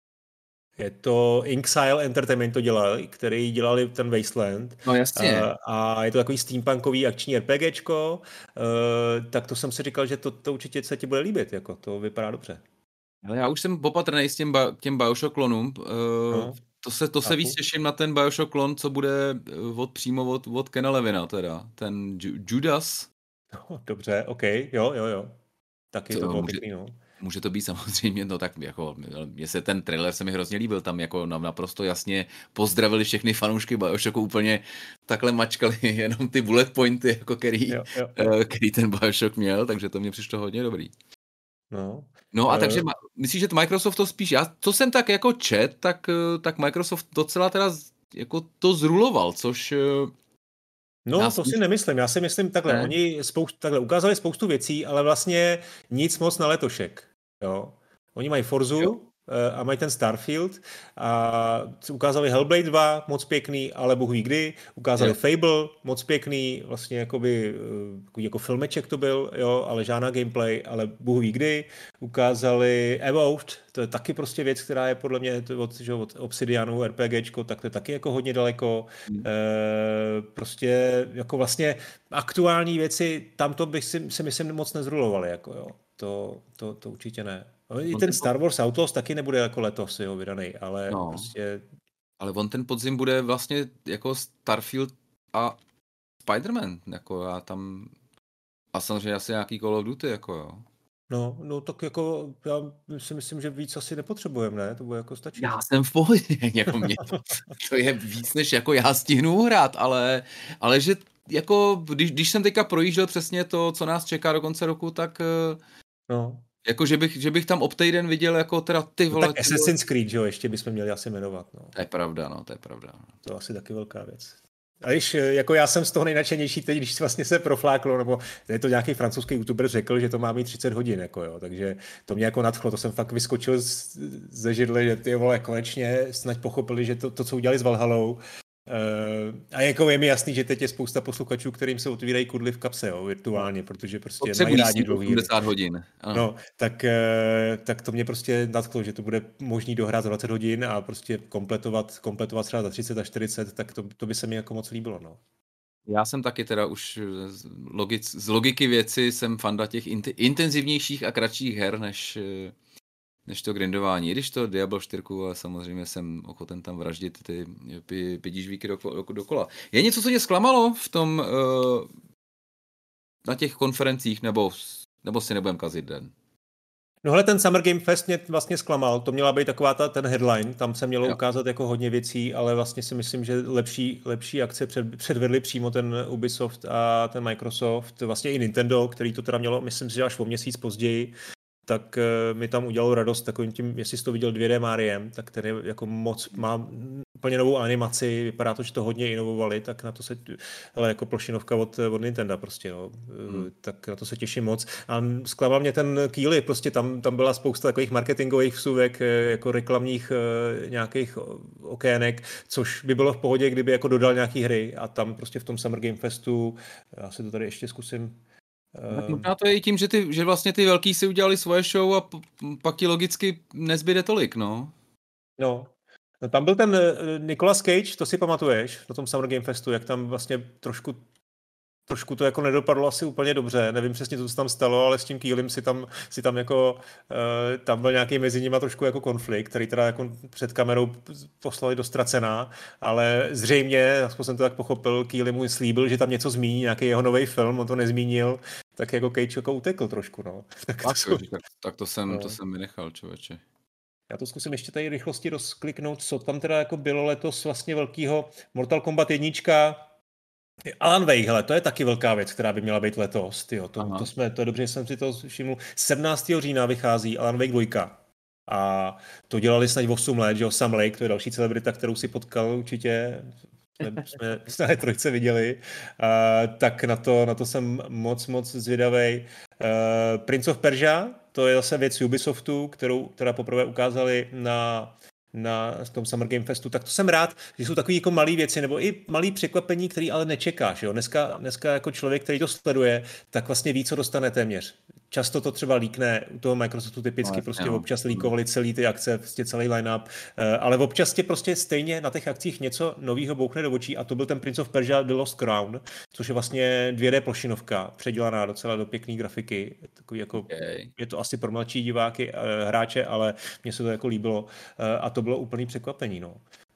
Je to Inxile Entertainment to dělali, který dělali ten Wasteland. No jasně. Uh, a je to takový steampunkový akční RPGčko, uh, tak to jsem si říkal, že to, to určitě se ti bude líbit, jako to vypadá dobře. Ale já už jsem opatrnej s těm, ba- těm Bioshock klonům. Uh, no, to se, to se víc těším na ten Bioshock klon, co bude od, přímo od, od Kena Levina teda. Ten Ju- Judas. No, dobře, ok, jo, jo, jo. Taky to, to bylo může, pěkný, no. Může to být samozřejmě, no tak jako, mně se ten trailer se mi hrozně líbil, tam jako naprosto jasně pozdravili všechny fanoušky Bioshocku, úplně takhle mačkali jenom ty bullet pointy, jako který, jo, jo, jo. který ten Bioshock měl, takže to mě přišlo hodně dobrý. No, no a uh, takže myslíš, že to Microsoft to spíš, já to jsem tak jako čet, tak, tak Microsoft docela teda jako to zruloval, což... No, já to si nemyslím. Já si myslím takhle. Ne? Oni spoustu, takhle ukázali spoustu věcí, ale vlastně nic moc na letošek. Jo. Oni mají Forzu jo. a mají ten Starfield a ukázali Hellblade dva, moc pěkný, ale bohu ví kdy. Ukázali jo. Fable, moc pěkný, vlastně jakoby, jako filmeček to byl, jo, ale žádná gameplay, ale bohu ví kdy. Ukázali Evolved, to je taky prostě věc, která je podle mě od, že, od Obsidianu, RPGčko, tak to je taky jako hodně daleko. Hmm. E, prostě jako vlastně aktuální věci, tam to bych si, si myslím moc nezrulovali, jako jo. To, to, to určitě ne. I ten Star Wars Outlaws taky nebude jako letos, jo, vydanej, ale no. prostě... Ale on ten podzim bude vlastně jako Starfield a Spider-Man, jako já tam... A samozřejmě asi nějaký Call of Duty, jako jo. No, no tak jako já si myslím, že víc asi nepotřebujeme, ne? To bude jako stačí. Já jsem v pohodě, jako mě to, to je víc, než jako já stihnu hrát, ale, ale že jako, když, když jsem teďka projížděl přesně to, co nás čeká do konce roku, tak no. Jako, že bych, že bych tam ob týden viděl jako teda ty vole... No tak Assassin's Creed, že jo, ještě bychom měli asi jmenovat, no. To je pravda, no, to je pravda. To je asi taky velká věc. A když, jako já jsem z toho nejnačenější teď, když vlastně se profláklo, nebo je to nějaký francouzský youtuber řekl, že to má mít třicet hodin, jako jo, takže to mě jako nadchlo, to jsem fakt vyskočil z, ze židle, že ty vole, konečně snad pochopili, že to, to co udělali s Valhallou, Uh, a jako je mi jasný, že teď je spousta posluchačů, kterým se otvírají kudly v kapse, jo, virtuálně, protože prostě mají rádi dlouhý osmdesát hodin. Ano. No, tak, uh, tak to mě prostě nadchlo, že to bude možný dohrát za dvacet hodin a prostě kompletovat, kompletovat třeba za třicet a čtyřicet, tak to, to by se mi jako moc líbilo, no. Já jsem taky teda už z, logic, z logiky věci jsem fanda těch int, intenzivnějších a kratších her, než... než to grindování. I když to Diablo čtyři, ale samozřejmě jsem ochoten tam vraždit ty pětižvíky do, do, dokola. Je něco, co tě zklamalo v tom uh, na těch konferencích, nebo, nebo si nebudem kazit den? No hele, ten Summer Game Fest mě vlastně zklamal. To měla být taková ta, ten headline, tam se mělo jo. ukázat jako hodně věcí, ale vlastně si myslím, že lepší, lepší akce před, předvedli přímo ten Ubisoft a ten Microsoft, vlastně i Nintendo, který to teda mělo, myslím si, že až o měsíc později, tak uh, mi tam udělalo radost takovým tím, jestli jsi to viděl dvě dé Mariem, tak ten je jako moc, má úplně novou animaci, vypadá to, že to hodně inovovali, tak na to se, hele, jako plošinovka od, od Nintendo prostě, jo, hmm. tak na to se těším moc. A zklamal mě ten Keighley, prostě tam, tam byla spousta takových marketingových vsuvek, jako reklamních uh, nějakých okének, což by bylo v pohodě, kdyby jako dodal nějaký hry a tam prostě v tom Summer Game Festu, já si to tady ještě zkusím. Tak možná to je i tím, že, ty, že vlastně ty velký si udělali svoje show a p- pak ti logicky nezbyde tolik, no. No, no tam byl ten Nicolas Cage, to si pamatuješ, na tom Summer Game Festu, jak tam vlastně trošku trošku to jako nedopadlo asi úplně dobře, nevím přesně, co se tam stalo, ale s tím Keelym si tam, si tam jako, uh, tam byl nějaký mezi nimi trošku jako konflikt, který teda jako před kamerou poslali do ztracená, ale zřejmě, aspoň jsem to tak pochopil, Keely mu slíbil, že tam něco zmíní, nějaký jeho nový film, on to nezmínil, tak jako Cage jako utekl trošku, no. Tak, tak, to, tak, tak to jsem, no. to jsem mi nechal, člověče. Já to zkusím ještě tady rychlosti rozkliknout, co tam teda jako bylo letos vlastně velkýho. Mortal Kombat jedna, Alan Wake, hele, to je taky velká věc, která by měla být letos, tyjo, to, to, jsme, to je dobře, že jsem si to všiml. sedmnáctého října vychází Alan Wake dva a to dělali snad osm let, že jo, Sam Lake, to je další celebrita, kterou si potkal určitě, jsme, jsme na trojce viděli, uh, tak na to, na to jsem moc, moc zvědavej. Uh, Prince of Persia, to je zase věc Ubisoftu, kterou teda poprvé ukázali na na tom Summer Game Festu, tak to jsem rád, že jsou takové jako malé věci, nebo i malé překvapení, které ale nečekáš. Jo? Dneska, dneska jako člověk, který to sleduje, tak vlastně ví, co dostane téměř. Často to třeba líkne, u toho Microsoftu typicky no, prostě no. občas líkovali celý ty akce, prostě celý line-up, ale občas tě prostě stejně na těch akcích něco novýho bouchne do očí a to byl ten Prince of Persia The Lost Crown, což je vlastně dvě dé plošinovka, předělaná docela do pěkný grafiky. Takový jako, okay. Je to asi pro mladší diváky, hráče, ale mně se to jako líbilo a to bylo úplný překvapení. No.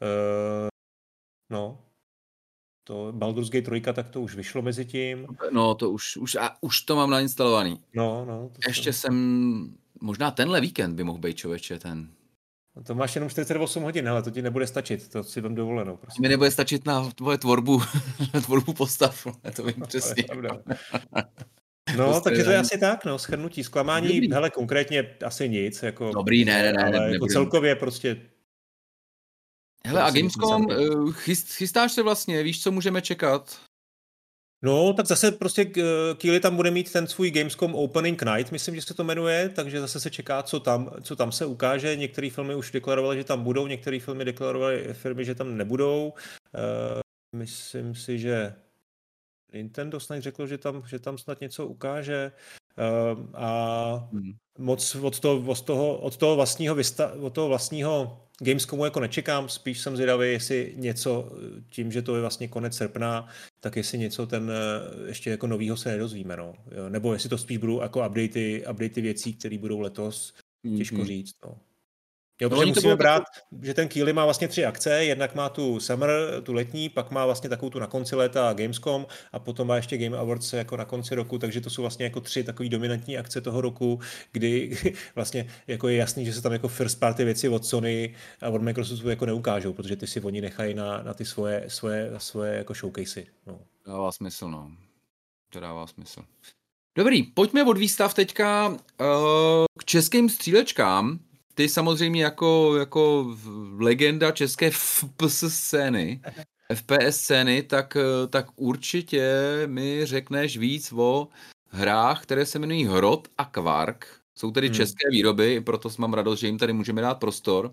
no. To Baldur's Gate tři, tak to už vyšlo mezi tím. No, to už, už, a už to mám nainstalovaný. No, no. Ještě jsem... jsem, možná tenhle víkend by mohl být, člověče, ten. No to máš jenom čtyřicet osm hodin, ale to ti nebude stačit, to si vám dovolenou. Prostě. Mi nebude stačit na tvoje tvorbu, tvorbu postav, to vím přesně. No, takže to je asi tak, no, shrnutí, zklamání, Dobrý. hele, konkrétně asi nic, jako... Dobrý, ne, ne, ne. Ale jako celkově prostě... Hele, a Gamescom, chyst, chystáš se vlastně, víš, co můžeme čekat? No, tak zase prostě Keely tam bude mít ten svůj Gamescom Opening Night, myslím, že se to jmenuje, takže zase se čeká, co tam, co tam se ukáže. Některé filmy už deklarovaly, že tam budou, některé filmy deklarovaly firmy, že tam nebudou. Uh, myslím si, že Nintendo snad řeklo, že tam, že tam snad něco ukáže. Uh, a hmm. moc od toho, od toho, od toho vlastního vysta, od toho vlastního Gamescomu jako nečekám, spíš jsem zvědavý, jestli něco, tím, že to je vlastně konec srpna, tak jestli něco ten ještě jako novýho se nedozvíme, no. Nebo jestli to spíš budou jako updaty, updaty věcí, které budou letos, těžko mm-hmm. říct, no. Jo, protože no, musíme brát, takový... že ten Keely má vlastně tři akce, jednak má tu Summer, tu letní, pak má vlastně takovou tu na konci léta Gamescom a potom má ještě Game Awards jako na konci roku, takže to jsou vlastně jako tři takový dominantní akce toho roku, kdy vlastně jako je jasný, že se tam jako first party věci od Sony a od Microsoftu jako neukážou, protože ty si oni nechají na, na ty svoje, svoje, svoje jako showcasey. No. Dává smysl, no. To dává smysl. Dobrý, pojďme od výstav teďka uh, k českým střílečkám. Ty samozřejmě jako, jako legenda české F P S scény, F P S scény, tak, tak určitě mi řekneš víc o hrách, které se jmenují Hrot a Quark. Jsou tedy hmm. české výroby, proto mám radost, že jim tady můžeme dát prostor.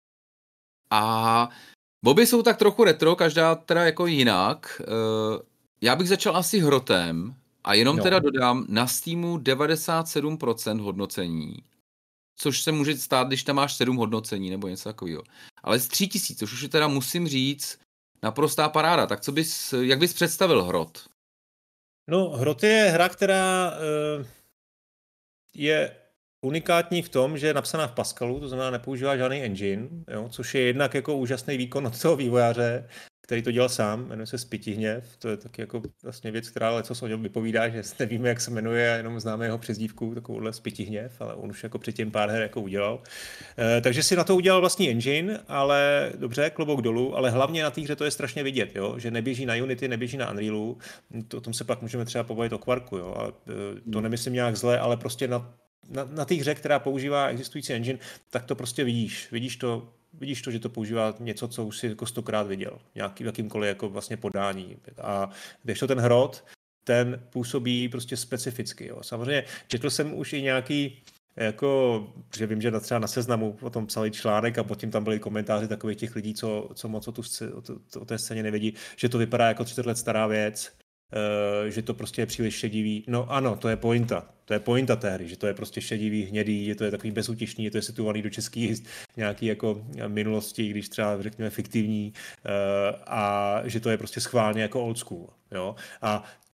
A Boby jsou tak trochu retro, každá teda jako jinak. Já bych začal asi Hrotem a jenom no. teda dodám na Steamu devadesát sedm procent hodnocení. Což se může stát, když tam máš sedm hodnocení nebo něco takového. Ale z tři tisíc, což už je teda musím říct naprostá paráda. Tak co bys, jak bys představil Hrot? No, Hrot je hra, která uh, je unikátní v tom, že je napsaná v Pascalu, to znamená nepoužívá žádný engine, jo, což je jednak jako úžasný výkon od toho vývojáře, který to dělal sám, jmenuje se Spitihněv, to je taky jako vlastně věc, která ale co se o něm vypovídá, že nevíme, jak se jmenuje, jenom známe jeho přezdívku, takovouhle Spitihněv, ale on už jako předtím pár her jako udělal. E, takže si na to udělal vlastní engine, ale dobře, klobouk dolů, ale hlavně na té hře to je strašně vidět, jo, že neběží na Unity, neběží na Unrealu, to, o tom se pak můžeme třeba pobavit o Quarku, jo, a e, to nemyslím nějak zle, ale prostě na Na, na té hře, která používá existující engine, tak to prostě vidíš. Vidíš to, vidíš to, že to používá něco, co už si jako stokrát viděl. Nějaký, jakýmkoliv jako vlastně podání. A když to ten Hrot, ten působí prostě specificky. Jo. Samozřejmě četl jsem už i nějaký, jako, že vím, že třeba na Seznamu o tom psali článek a potom tam byly komentáře takových těch lidí, co, co moc o, tu, o, tu, o té scéně nevědí, že to vypadá jako třicet let stará věc, Uh, že to prostě je příliš šedivý. No ano, to je pointa. To je pointa té hry, že to je prostě šedivý, hnědý, je to je takový bezútěšný, je to je situovaný do české nějaký jako minulosti, když třeba řekněme fiktivní uh, a že to je prostě schválně jako old school. Jo? A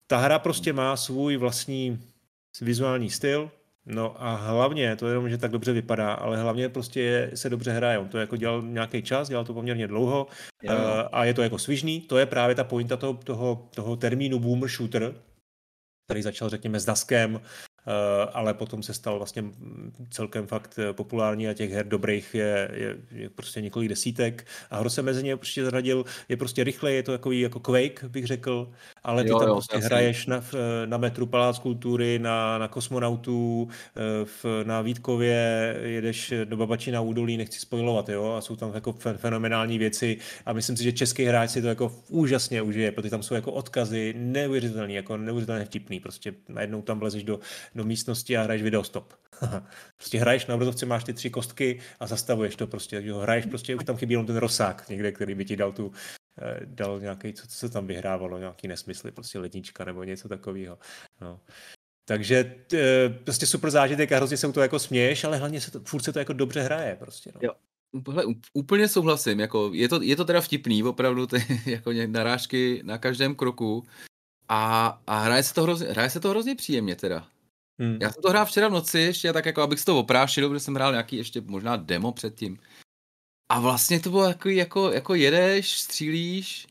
ta hra prostě má svůj vlastní vizuální styl, no a hlavně, to je jenom, že tak dobře vypadá, ale hlavně prostě je, se dobře hraje. On to jako dělal nějaký čas, dělal to poměrně dlouho Jo, jo. uh, a je to jako svižný. To je právě ta pointa toho, toho, toho termínu boomer shooter, který začal, řekněme, s Daskem, Uh, ale potom se stal vlastně celkem fakt populární a těch her dobrých je, je, je prostě několik desítek a hro se mezi ně prostě zaradil, je prostě rychle, je to takový jako Quake, bych řekl, ale ty Jo, tam jo, prostě jasně. hraješ na, na metru Palác kultury, na, na kosmonautů, v, na Vítkově jedeš do Babačina údolí, nechci spoilovat, jo, a jsou tam jako fenomenální věci a myslím si, že český hráč si to jako úžasně užije, protože tam jsou jako odkazy neuvěřitelný, jako neuvěřitelně vtipný, prostě najednou tam vlezeš do do místnosti a hraješ videostop. Prostě hraješ na obrazovce, máš ty tři kostky a zastavuješ to prostě, takže ho hraješ prostě, už tam chybí jenom ten rozsák někde, který by ti dal tu, dal nějaký, co, co se tam vyhrávalo, nějaký nesmysly, prostě lednička nebo něco takového. No. Takže t, prostě super zážitek a hrozně se u toho jako směješ, ale hlavně se to, furt se to jako dobře hraje prostě. No. Jo. Hele, úplně souhlasím, jako je to, je to teda vtipný, opravdu ty jako narážky na každém kroku a, a hraje, se to hrozně, hraje se to hrozně příjemně teda. Hmm. Já jsem to hrál včera v noci ještě, tak jako abych si to oprášil, protože jsem hrál nějaký ještě možná demo předtím. A vlastně to bylo jako, jako, jako jedeš, střílíš,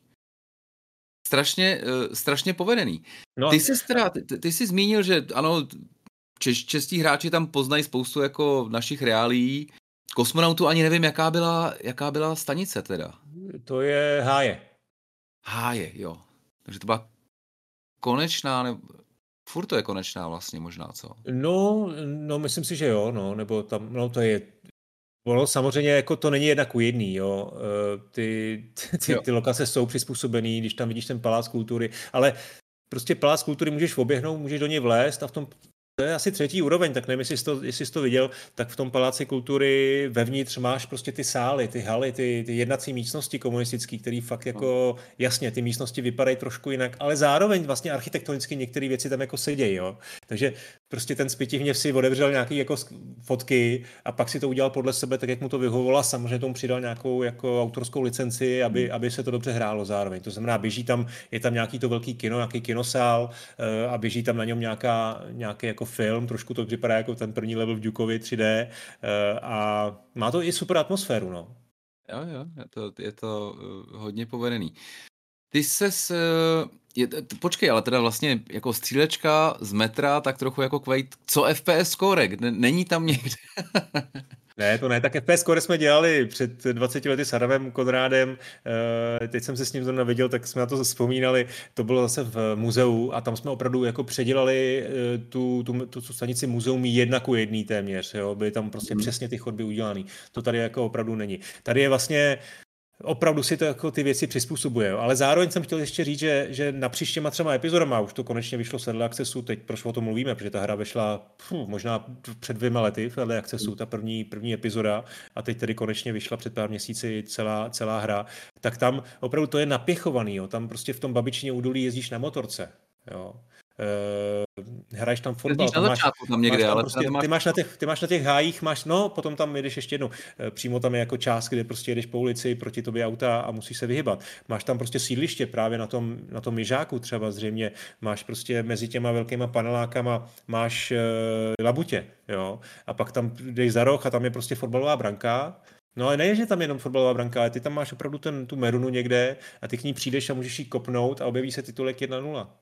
strašně, uh, strašně povedený. No. Ty jsi teda, ty, ty jsi zmínil, že ano, češ, čestí hráči tam poznají spoustu jako našich reálí. Kosmonautů ani nevím, jaká byla, jaká byla stanice teda. To je Háje. Háje, jo. Takže to byla konečná, nebo... Furt to je konečná vlastně možná, co? No, no myslím si, že jo, no, nebo tam, no to je, ono samozřejmě jako to není jedna ku jedný, jo, ty, ty, ty lokace jsou přizpůsobený, když tam vidíš ten palác kultury, ale prostě palác kultury můžeš oběhnout, můžeš do něj vlézt a v tom to je asi třetí úroveň, tak nevím, jestli jsi, to, jestli jsi to viděl, tak v tom paláci kultury vevnitř máš prostě ty sály, ty haly, ty, ty jednací místnosti komunistické, které fakt jako, jasně, ty místnosti vypadají trošku jinak, ale zároveň vlastně architektonicky některé věci tam jako sedějí, jo. Takže prostě ten Spitivněv si odevřel nějaký jako fotky a pak si to udělal podle sebe, tak jak mu to vyhovovalo a samozřejmě tomu přidal nějakou jako autorskou licenci, aby, aby se to dobře hrálo zároveň. To znamená, běží tam, je tam nějaký to velký kino, nějaký kinosál a běží tam na něm nějaká, nějaký jako film, trošku to vypadá jako ten první level v Dukovi tři dé a má to i super atmosféru, no. Jo, jo, je to, je to hodně povedený. Ty ses, je, počkej, ale teda vlastně jako střílečka z metra, tak trochu jako Quake, co F P S score, není tam někde? Ne, to ne, tak F P S score jsme dělali před dvaceti lety s Adamem Konrádem, teď jsem se s ním zrovna viděl, tak jsme na to vzpomínali, to bylo zase v muzeu a tam jsme opravdu jako předělali tu, tu, tu, tu stanici muzeum jedna ku jedný téměř, jo? Byly tam prostě hmm. přesně ty chodby udělaný, to tady jako opravdu není. Tady je vlastně opravdu si to jako ty věci přizpůsobuje. Ale zároveň jsem chtěl ještě říct, že, že na příštěma třema epizodama, už to konečně vyšlo v Early Accessu, teď proč o tom mluvíme, protože ta hra vyšla pů, možná před dvěma lety v Early Accessu, ta první, první epizoda a teď tedy konečně vyšla před pár měsíci celá, celá hra, tak tam opravdu to je napěchovaný, jo. Tam prostě v tom Babičině údolí jezdíš na motorce, jo. Uh, hraješ tam fotbal, tam máš, tam někde, máš tam ale prostě, máš... ty, máš na těch, ty máš na těch hájích, máš, no, potom tam jedeš ještě jednou, přímo tam je jako část, kde prostě jedeš po ulici proti tobě auta a musíš se vyhybat. Máš tam prostě sídliště právě na tom, na tom ježáku třeba zřejmě, máš prostě mezi těma velkýma panelákama, máš uh, labutě, jo, a pak tam jdeš za roh a tam je prostě fotbalová branka. No ale ne, že tam je jenom fotbalová branka, ale ty tam máš opravdu ten, tu merunu někde a ty k ní přijdeš a můžeš jí kopnout a objeví se titulek jedna nula.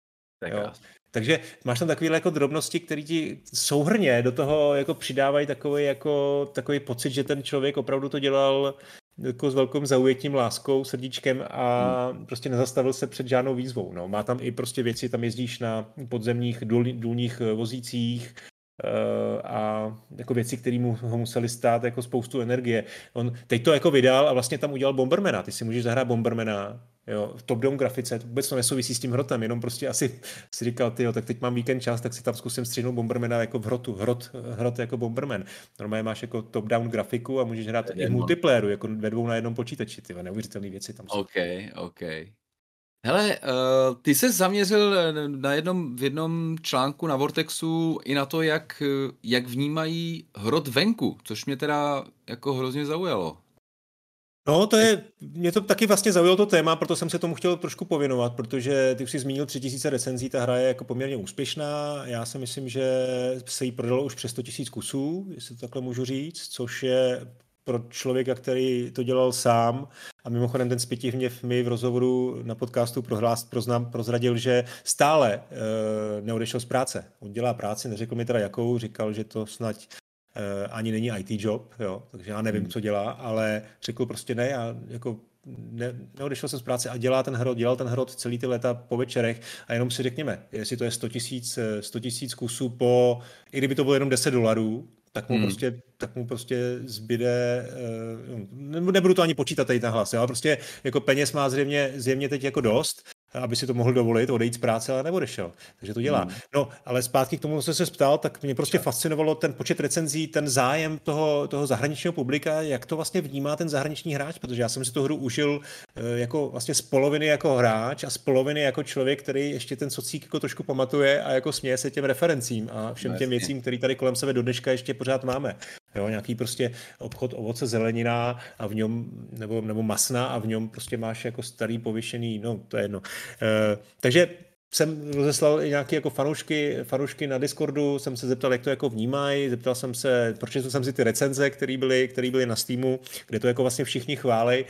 Takže máš tam takové jako drobnosti, které ti souhrně do toho jako přidávají takový, jako, takový pocit, že ten člověk opravdu to dělal jako s velkým zaujetím, láskou, srdíčkem a hmm. prostě nezastavil se před žádnou výzvou. No. Má tam i prostě věci, tam jezdíš na podzemních důl, důlních vozících a jako věci, které mu ho museli stát jako spoustu energie. On teď to jako vydal a vlastně tam udělal Bombermana. Ty si můžeš zahrát Bombermana, jo, v top-down grafice, to vůbec to nesouvisí s tím hrotem, jenom prostě asi si říkal, tyjo, tak teď mám víkend čas, tak si tam zkusím stříhnout Bombermana jako v hrotu, hrot, hrot jako Bomberman. Normálně máš jako top-down grafiku a můžeš hrát i v multiplayeru, jako ve dvou na jednom počítači, ty neuvěřitelné věci tam jsou. OK, OK. Hele, uh, ty se zaměřil na jednom, v jednom článku na Vortexu i na to, jak, jak vnímají hrot venku, což mě teda jako hrozně zaujalo. No, to je, mě to taky vlastně zaujalo to téma, proto jsem se tomu chtěl trošku pověnovat, protože ty už jsi zmínil tři tisíce recenzí, ta hra je jako poměrně úspěšná, já si myslím, že se jí prodalo už přes sto tisíc kusů, jestli to takhle můžu říct, což je pro člověka, který to dělal sám, a mimochodem ten Spytivněv mi v rozhovoru na podcastu prohlás, proznám, prozradil, že stále e, neodešel z práce. On dělá práci, neřekl mi teda jakou, říkal, že to snad e, ani není í té job, jo, takže já nevím, hmm. co dělá, ale řekl prostě ne, já jako ne, neodešel jsem z práce a dělá ten hrot, dělal ten hrot celý ty léta po večerech a jenom si řekněme, jestli to je sto tisíc kusů po, i kdyby to bylo jenom deset dolarů, tak mu, hmm. prostě, tak mu prostě zbyde, uh, nebudu to ani počítat tady ten hlas, jo, ale prostě jako peněz má zřejmě, zřejmě teď jako dost, aby si to mohl dovolit, odejít z práce, ale neodešel. Takže to dělá. Hmm. No, ale zpátky k tomu, co jsem se ptal, tak mě prostě fascinovalo ten počet recenzí, ten zájem toho, toho zahraničního publika, jak to vlastně vnímá ten zahraniční hráč, protože já jsem si tu hru užil jako vlastně z poloviny jako hráč a z poloviny jako člověk, který ještě ten socík jako trošku pamatuje a jako směje se těm referencím a všem těm věcím, které tady kolem sebe do dneška ještě pořád máme. Jo, nějaký prostě obchod ovoce, zelenina a v něm, nebo, nebo masna a v něm prostě máš jako starý pověšený, no to je jedno. E, takže jsem rozeslal i nějaké jako fanoušky, fanoušky na Discordu, jsem se zeptal, jak to jako vnímají, zeptal jsem se, pročetl jsem si ty recenze, které byly, které byly na Steamu, kde to jako vlastně všichni chválej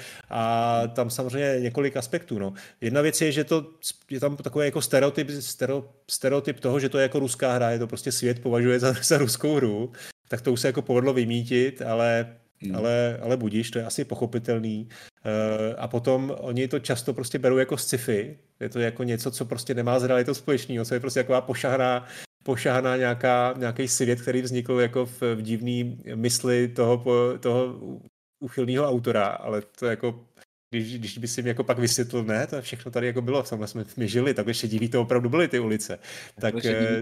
a tam samozřejmě několik aspektů. No. Jedna věc je, že to je tam takový jako stereotyp, stereo, stereotyp toho, že to je jako ruská hra, je to prostě svět považuje za, za ruskou hru, tak to už se jako povedlo vymítit, ale, hmm. ale, ale budíš, to je asi pochopitelný. Uh, a potom oni to často prostě berou jako sci-fi, je to jako něco, co prostě nemá s realitou společného, co je prostě taková pošahaná, pošahaná nějaká, nějaký svět, který vznikl jako v, v divný mysli toho, toho úchylného autora, ale to jako Když, když by si mi jako pak vysvětlil, ne, to všechno tady jako bylo, samozřejmě jsme my žili, takhle šedivý to opravdu byly ty ulice. Tak,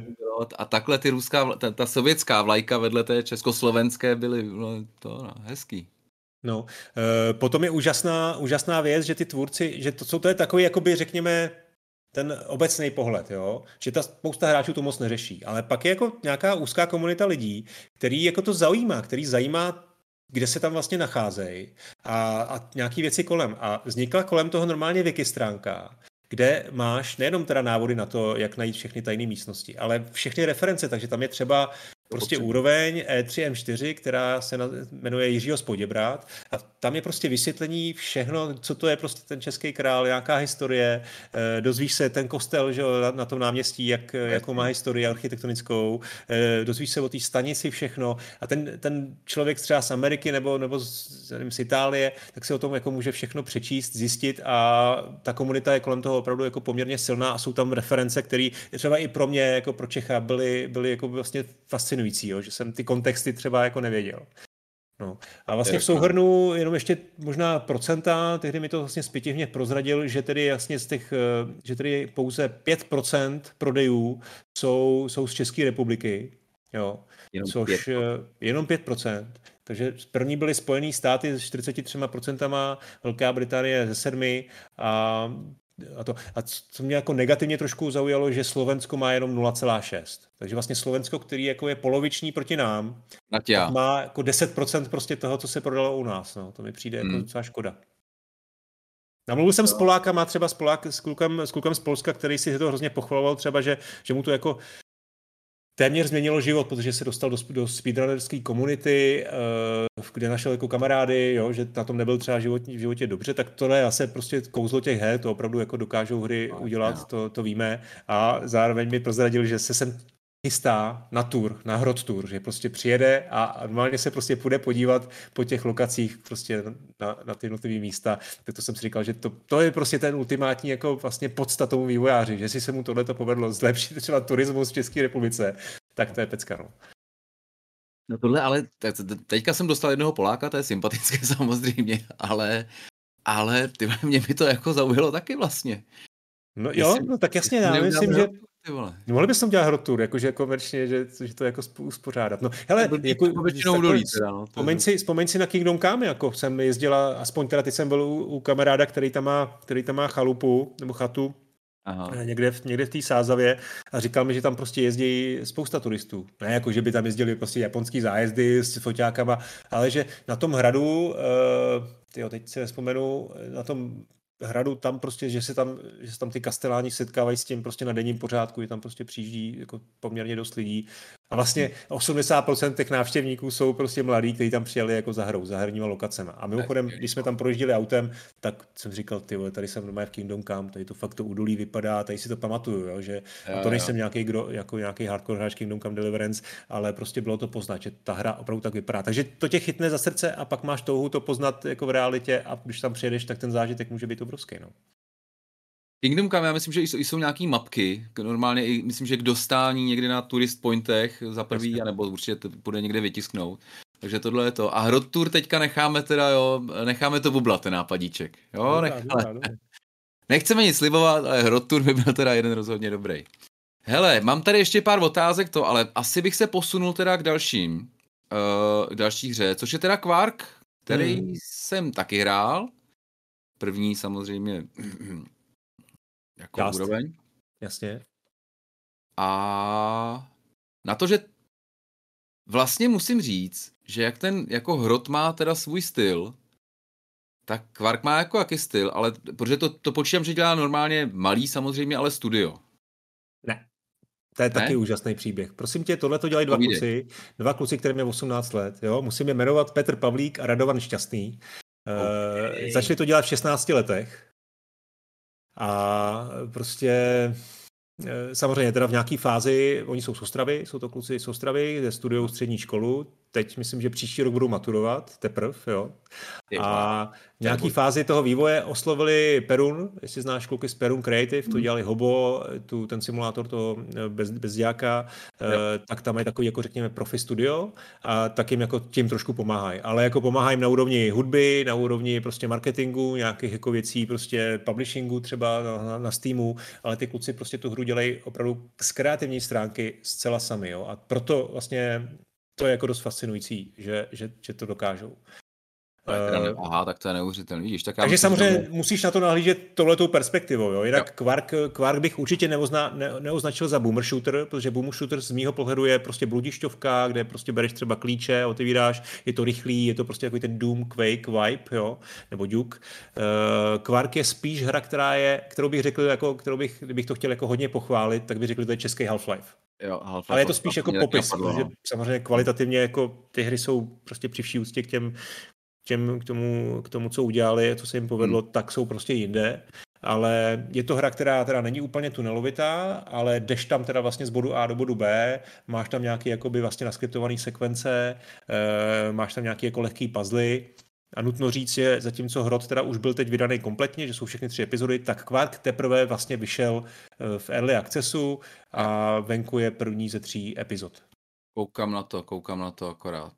a takhle ty ruská, ta, ta sovětská vlajka vedle té československé byly no, to no, hezký. No, e, potom je úžasná, úžasná věc, že ty tvůrci, že to, co to je takový, jakoby řekněme, ten obecný pohled, jo, že ta spousta hráčů to moc neřeší, ale pak je jako nějaká úzká komunita lidí, který jako to zajímá, který zajímá, kde se tam vlastně nacházejí a, a nějaký věci kolem. A vznikla kolem toho normálně wiki stránka, kde máš nejenom teda návody na to, jak najít všechny tajné místnosti, ale všechny reference, takže tam je třeba prostě úroveň E tři M čtyři, která se jmenuje Jiřího Spoděbrát a tam je prostě vysvětlení všechno, co to je prostě ten český král, nějaká historie, dozvíš se ten kostel, že na tom náměstí, jak, jakou má historii architektonickou, dozvíš se o té stanici všechno a ten, ten člověk třeba z Ameriky nebo, nebo z, nevím, z Itálie, tak si o tom jako může všechno přečíst, zjistit a ta komunita je kolem toho opravdu jako poměrně silná a jsou tam reference, které třeba i pro mě, jako pro Čecha, byly, byly jako vlastně fascinující. Jo, že jsem ty kontexty třeba jako nevěděl. No. A vlastně v souhrnu jenom ještě možná procenta, tehdy mi to vlastně Spytivněv prozradil, že tedy jasně z těch, že tedy pouze pět procent prodejů jsou, jsou z České republiky, jo, jenom což pět procent. Jenom pět procent. Takže první byly Spojené státy s čtyřicet tři procent, Velká Británie ze sedmi a A, to, a co mě jako negativně trošku zaujalo, že Slovensko má jenom nula celá šest. Takže vlastně Slovensko, který jako je poloviční proti nám, tak má jako deset procent prostě toho, co se prodalo u nás. No. To mi přijde jako hmm. docela škoda. Namluvil jsem no. s Polákama, třeba s, Polák, s, klukem, s klukem z Polska, který si to hrozně pochvaloval, třeba, že, že mu to jako téměř změnilo život, protože se dostal do, do speedrunnerské komunity, uh, kde našel jako kamarády, jo, že na tom nebyl třeba životní, v životě dobře, tak to je asi prostě kouzlo těch her, to opravdu jako dokážou hry udělat, to, to víme. A zároveň mi prozradil, že se sem chystá na tour, na hrot tour, že prostě přijede a normálně se prostě půjde podívat po těch lokacích prostě na, na ty jednotlivé místa. Tak to jsem si říkal, že to, to je prostě ten ultimátní jako vlastně podstatou vývojáři, že si se mu tohleto povedlo zlepšit třeba turismus v České republice, tak to je pecka, no. No tohle, ale te, teďka jsem dostal jednoho Poláka, to je sympatické samozřejmě, ale, ale ty mě by to jako zaujalo taky vlastně. No jo, no tak jasně, já myslím, že mohli bys tam dělat hrot tour, jakože komerčně, že, že to jako uspořádat. No, hele, jako, většinou dolí teda, no. Vzpomeň si, vzpomeň si na Kingdom Come, jako jsem jezdila, aspoň teda teď jsem byl u, u kamaráda, který tam má, který tam má chalupu, nebo chatu, Aha. Někde v, někde v té Sázavě a říkal mi, že tam prostě jezdí spousta turistů. Ne jako, že by tam jezdili prostě japonský zájezdy s foťákama, ale že na tom hradu, tyjo, teď si vzpomenu na tom hradu tam prostě, že se tam, že se tam ty kasteláni setkávají s tím prostě na denním pořádku, že tam prostě přijíždí jako poměrně dost lidí. A vlastně osmdesát procent těch návštěvníků jsou prostě mladí, kteří tam přijeli jako za hrou, za herníma lokacema. A mimochodem, když jsme tam projížděli autem, tak jsem říkal, ty vole, tady jsem doma v Kingdom Come, tady to fakt to údolí vypadá, tady si to pamatuju, jo, že jo, a to nejsem nějaký, kdo, jako nějaký hardcore hráč Kingdom Come Deliverance, ale prostě bylo to poznat, že ta hra opravdu tak vypadá. Takže to tě chytne za srdce a pak máš touhu to poznat jako v realitě a když tam přijedeš, tak ten zážitek může být obrovský, no. Kingdom Come, já myslím, že jsou, jsou nějaký mapky, normálně i myslím, že k dostání někdy na tourist pointech za prvý, Jasně. anebo určitě to bude někde vytisknout. Takže tohle je to. A Hrot Tour teďka necháme teda, jo, necháme to bublat, ten nápadíček. Jo, dobrá, nech, dobrá, ale, dobrá. Nechceme nic slibovat, ale Hrot Tour by byl teda jeden rozhodně dobrý. Hele, mám tady ještě pár otázek to, ale asi bych se posunul teda k dalším, uh, k další hře, což je teda Quark, který hmm. jsem taky hrál. První samozřejmě jako Just. úroveň. Jasně. A na to, že vlastně musím říct, že jak ten jako Hrot má teda svůj styl, tak Quark má jako jaký styl, ale protože to, to počítám, že dělá normálně malý samozřejmě, ale studio. Ne. To je ne? taky úžasný příběh. Prosím tě, tohle to dělají dva Povídej. kluci, dva kluci, které měli osmnáct let, jo? Musím je jmenovat Petr Pavlík a Radovan Šťastný. Okay. Uh, začali to dělat v šestnácti letech. A prostě samozřejmě teda v nějaký fázi, oni jsou z Ostravy, jsou to kluci z Ostravy, kde studují střední školu, teď myslím, že příští rok budou maturovat, teprv, jo. A v nějaký fázi toho vývoje oslovili Perun, jestli znáš kluky z Perun Creative, to dělali Hobo, tu, ten simulátor toho bez, bezdějáka, eh, tak tam je takový, jako řekněme, profi studio a tak jim jako tím trošku pomáhají. Ale jako pomáhají na úrovni hudby, na úrovni prostě marketingu, nějakých jako věcí, prostě publishingu třeba na, na, na Steamu, ale ty kluci prostě tu hru dělají opravdu z kreativní stránky zcela sami, jo. A proto vlastně to je jako dost fascinující, že, že, že to dokážou. Ne, aha, tak to je neuvěřitelný. Vidíš, tak takže samozřejmě tomu... musíš na to nahlížet touhletou perspektivou. Jo? Jinak Quark, Quark bych určitě neozna, ne, neoznačil za boomer shooter, protože boomer shooter z mýho pohledu je prostě bludišťovka, kde prostě bereš třeba klíče, otevíráš, je to rychlý, je to prostě jako ten Doom, Quake vibe, jo? Nebo Duke. Uh, Quark je spíš hra, která je, kterou bych řekl, jako, kterou bych, kdybych to chtěl jako hodně pochválit, tak bych řekl, že to je český Half-Life. Jo, Half-Life. Ale je to spíš jako popis, protože samozřejmě kvalitativně jako ty hry jsou prostě při vší úctě k těm těm, k, tomu, k tomu, co udělali, co se jim povedlo, hmm. tak jsou prostě jinde. Ale je to hra, která teda není úplně tunelovitá, ale jdeš tam teda vlastně z bodu A do bodu B, máš tam nějaký jakoby vlastně naskriptovaný sekvence, e, máš tam nějaký jako lehký puzzly. A nutno říct je, zatímco Hrot teda už byl teď vydaný kompletně, že jsou všechny tři epizody, tak Quark teprve vlastně vyšel v Early Accessu a venku je první ze tří epizod. Koukám na to, koukám na to akorát.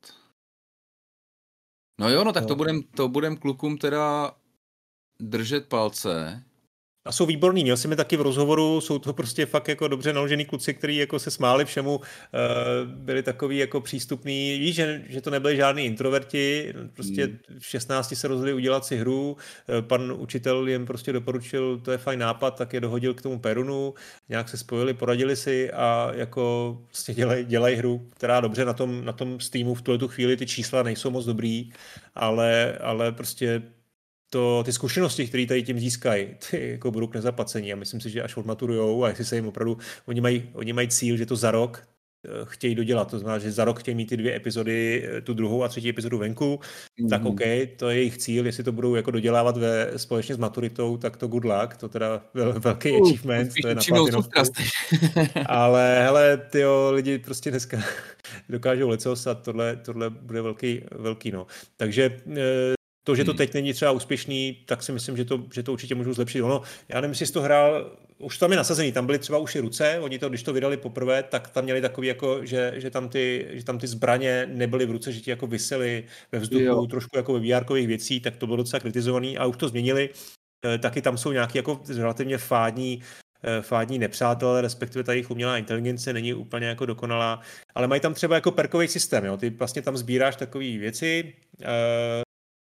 No jo, no tak no. to budem, to budem klukům teda držet palce. A jsou výborný, měl jsem je taky v rozhovoru, jsou to prostě fakt jako dobře naložený kluci, kteří jako se smáli všemu, byli takový jako přístupný, víš, že, že to nebyli žádný introverti, prostě hmm. v šestnácti se rozhodli udělat si hru, pan učitel jim prostě doporučil, to je fajn nápad, tak je dohodil k tomu Perunu, nějak se spojili, poradili si a jako prostě dělají dělaj hru, která dobře na tom, na tom Steamu v tuhletu chvíli ty čísla nejsou moc dobrý, ale, ale prostě to, ty zkušenosti, které tady tím získají, ty jako budou k nezaplacení a myslím si, že až odmaturujou a jestli se jim opravdu, oni mají, oni mají cíl, že to za rok chtějí dodělat, to znamená, že za rok chtějí mít ty dvě epizody, tu druhou a třetí epizodu venku, mm-hmm. tak OK, to je jejich cíl, jestli to budou jako dodělávat ve, společně s maturitou, tak to good luck, to teda vel, velký uh, achievement, to je na platinovku. Ale hele, tyjo, lidi prostě dneska dokážou lecos a tohle, tohle bude velký, velký, no. Takže to, že to teď není třeba úspěšný, tak si myslím, že to, že to určitě můžu zlepšit. Ono, já nevím, jestli jsi to hrál, už tam je nasazený, tam byly třeba už i ruce, oni to, když to vydali poprvé, tak tam měli takový, jako, že, že, tam ty, že tam ty zbraně nebyly v ruce, že ti jako visely ve vzduchu, jo. trošku jako ve vé erkových věcí, tak to bylo docela kritizovaný a už to změnili. E, taky tam jsou nějaký jako relativně fádní fádní nepřátelé, respektive ta jejich umělá inteligence není úplně jako dokonalá, ale mají tam třeba jako perkový systém, jo? Ty vlastně tam sbíráš takové věci, e,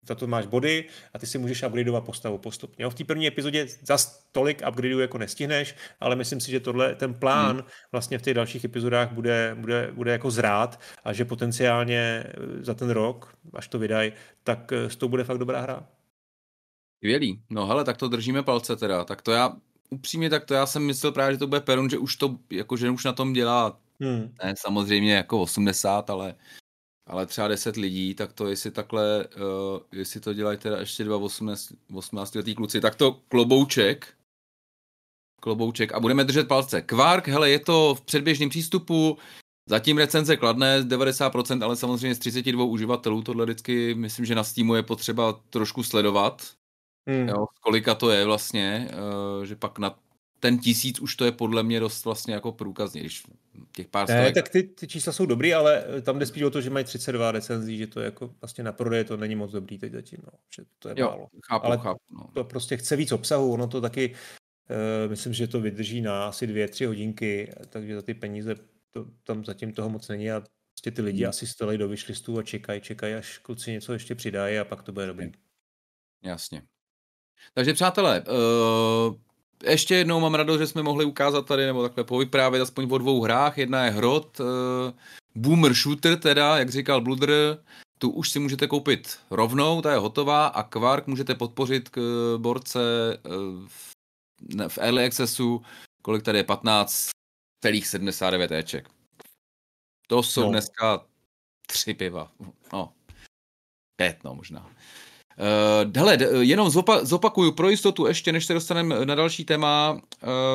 za to máš body a ty si můžeš upgradeovat postavu postupně. Jo, v té první epizodě zas tolik upgradeů jako nestihneš, ale myslím si, že tohle, ten plán hmm. vlastně v těch dalších epizodách bude, bude, bude jako zrát a že potenciálně za ten rok, až to vydají, tak s tou bude fakt dobrá hra. Skvělý. No hele, tak to držíme palce teda. Tak to já, upřímně, tak to já jsem myslel právě, že to bude Perun, že už to, jako že už na tom dělá, hmm. ne samozřejmě jako osmdesát, ale ale třeba deset lidí, tak to jestli takhle, uh, jestli to dělají teda ještě dva osmnáctiletí kluci, tak to klobouček, klobouček a budeme držet palce. Quark, hele, je to v předběžném přístupu, zatím recenze kladné, devadesát procent, ale samozřejmě z třicet dva uživatelů, tohle vždycky, myslím, že na Steamu je potřeba trošku sledovat, hmm. jo, kolika to je vlastně, uh, že pak na ten tisíc už to je podle mě dost vlastně jako průkazně, když těch pár stovek. Ne, tak ty, ty čísla jsou dobrý, ale tam jde spíš o to, že mají třicet dva recenzí, že to je jako vlastně na prodej to není moc dobrý teď zatím, no, že to je jo, málo. Chápu, ale chápu, no. To prostě chce víc obsahu, ono to taky, uh, myslím, že to vydrží na asi dvě, tři hodinky, takže za ty peníze to, tam zatím toho moc není a prostě ty lidi hmm. asi stojí do wishlistů a čekají, čekají, až kluci něco ještě přidají a pak to bude dobrý. Jasně. Takže přátelé, uh... ještě jednou mám radost, že jsme mohli ukázat tady, nebo takhle povyprávět aspoň o dvou hrách. Jedna je Hrot, uh, Boomer Shooter teda, jak říkal Bludr, tu už si můžete koupit rovnou, ta je hotová a Quark můžete podpořit k borce uh, v, v Early Accessu, kolik tady je, patnáct celá sedmdesát devět éček. To jsou no. dneska tři piva, no, pět no možná. Uh, hele, jenom zopa- zopakuju pro jistotu ještě, než se dostaneme na další téma. Uh,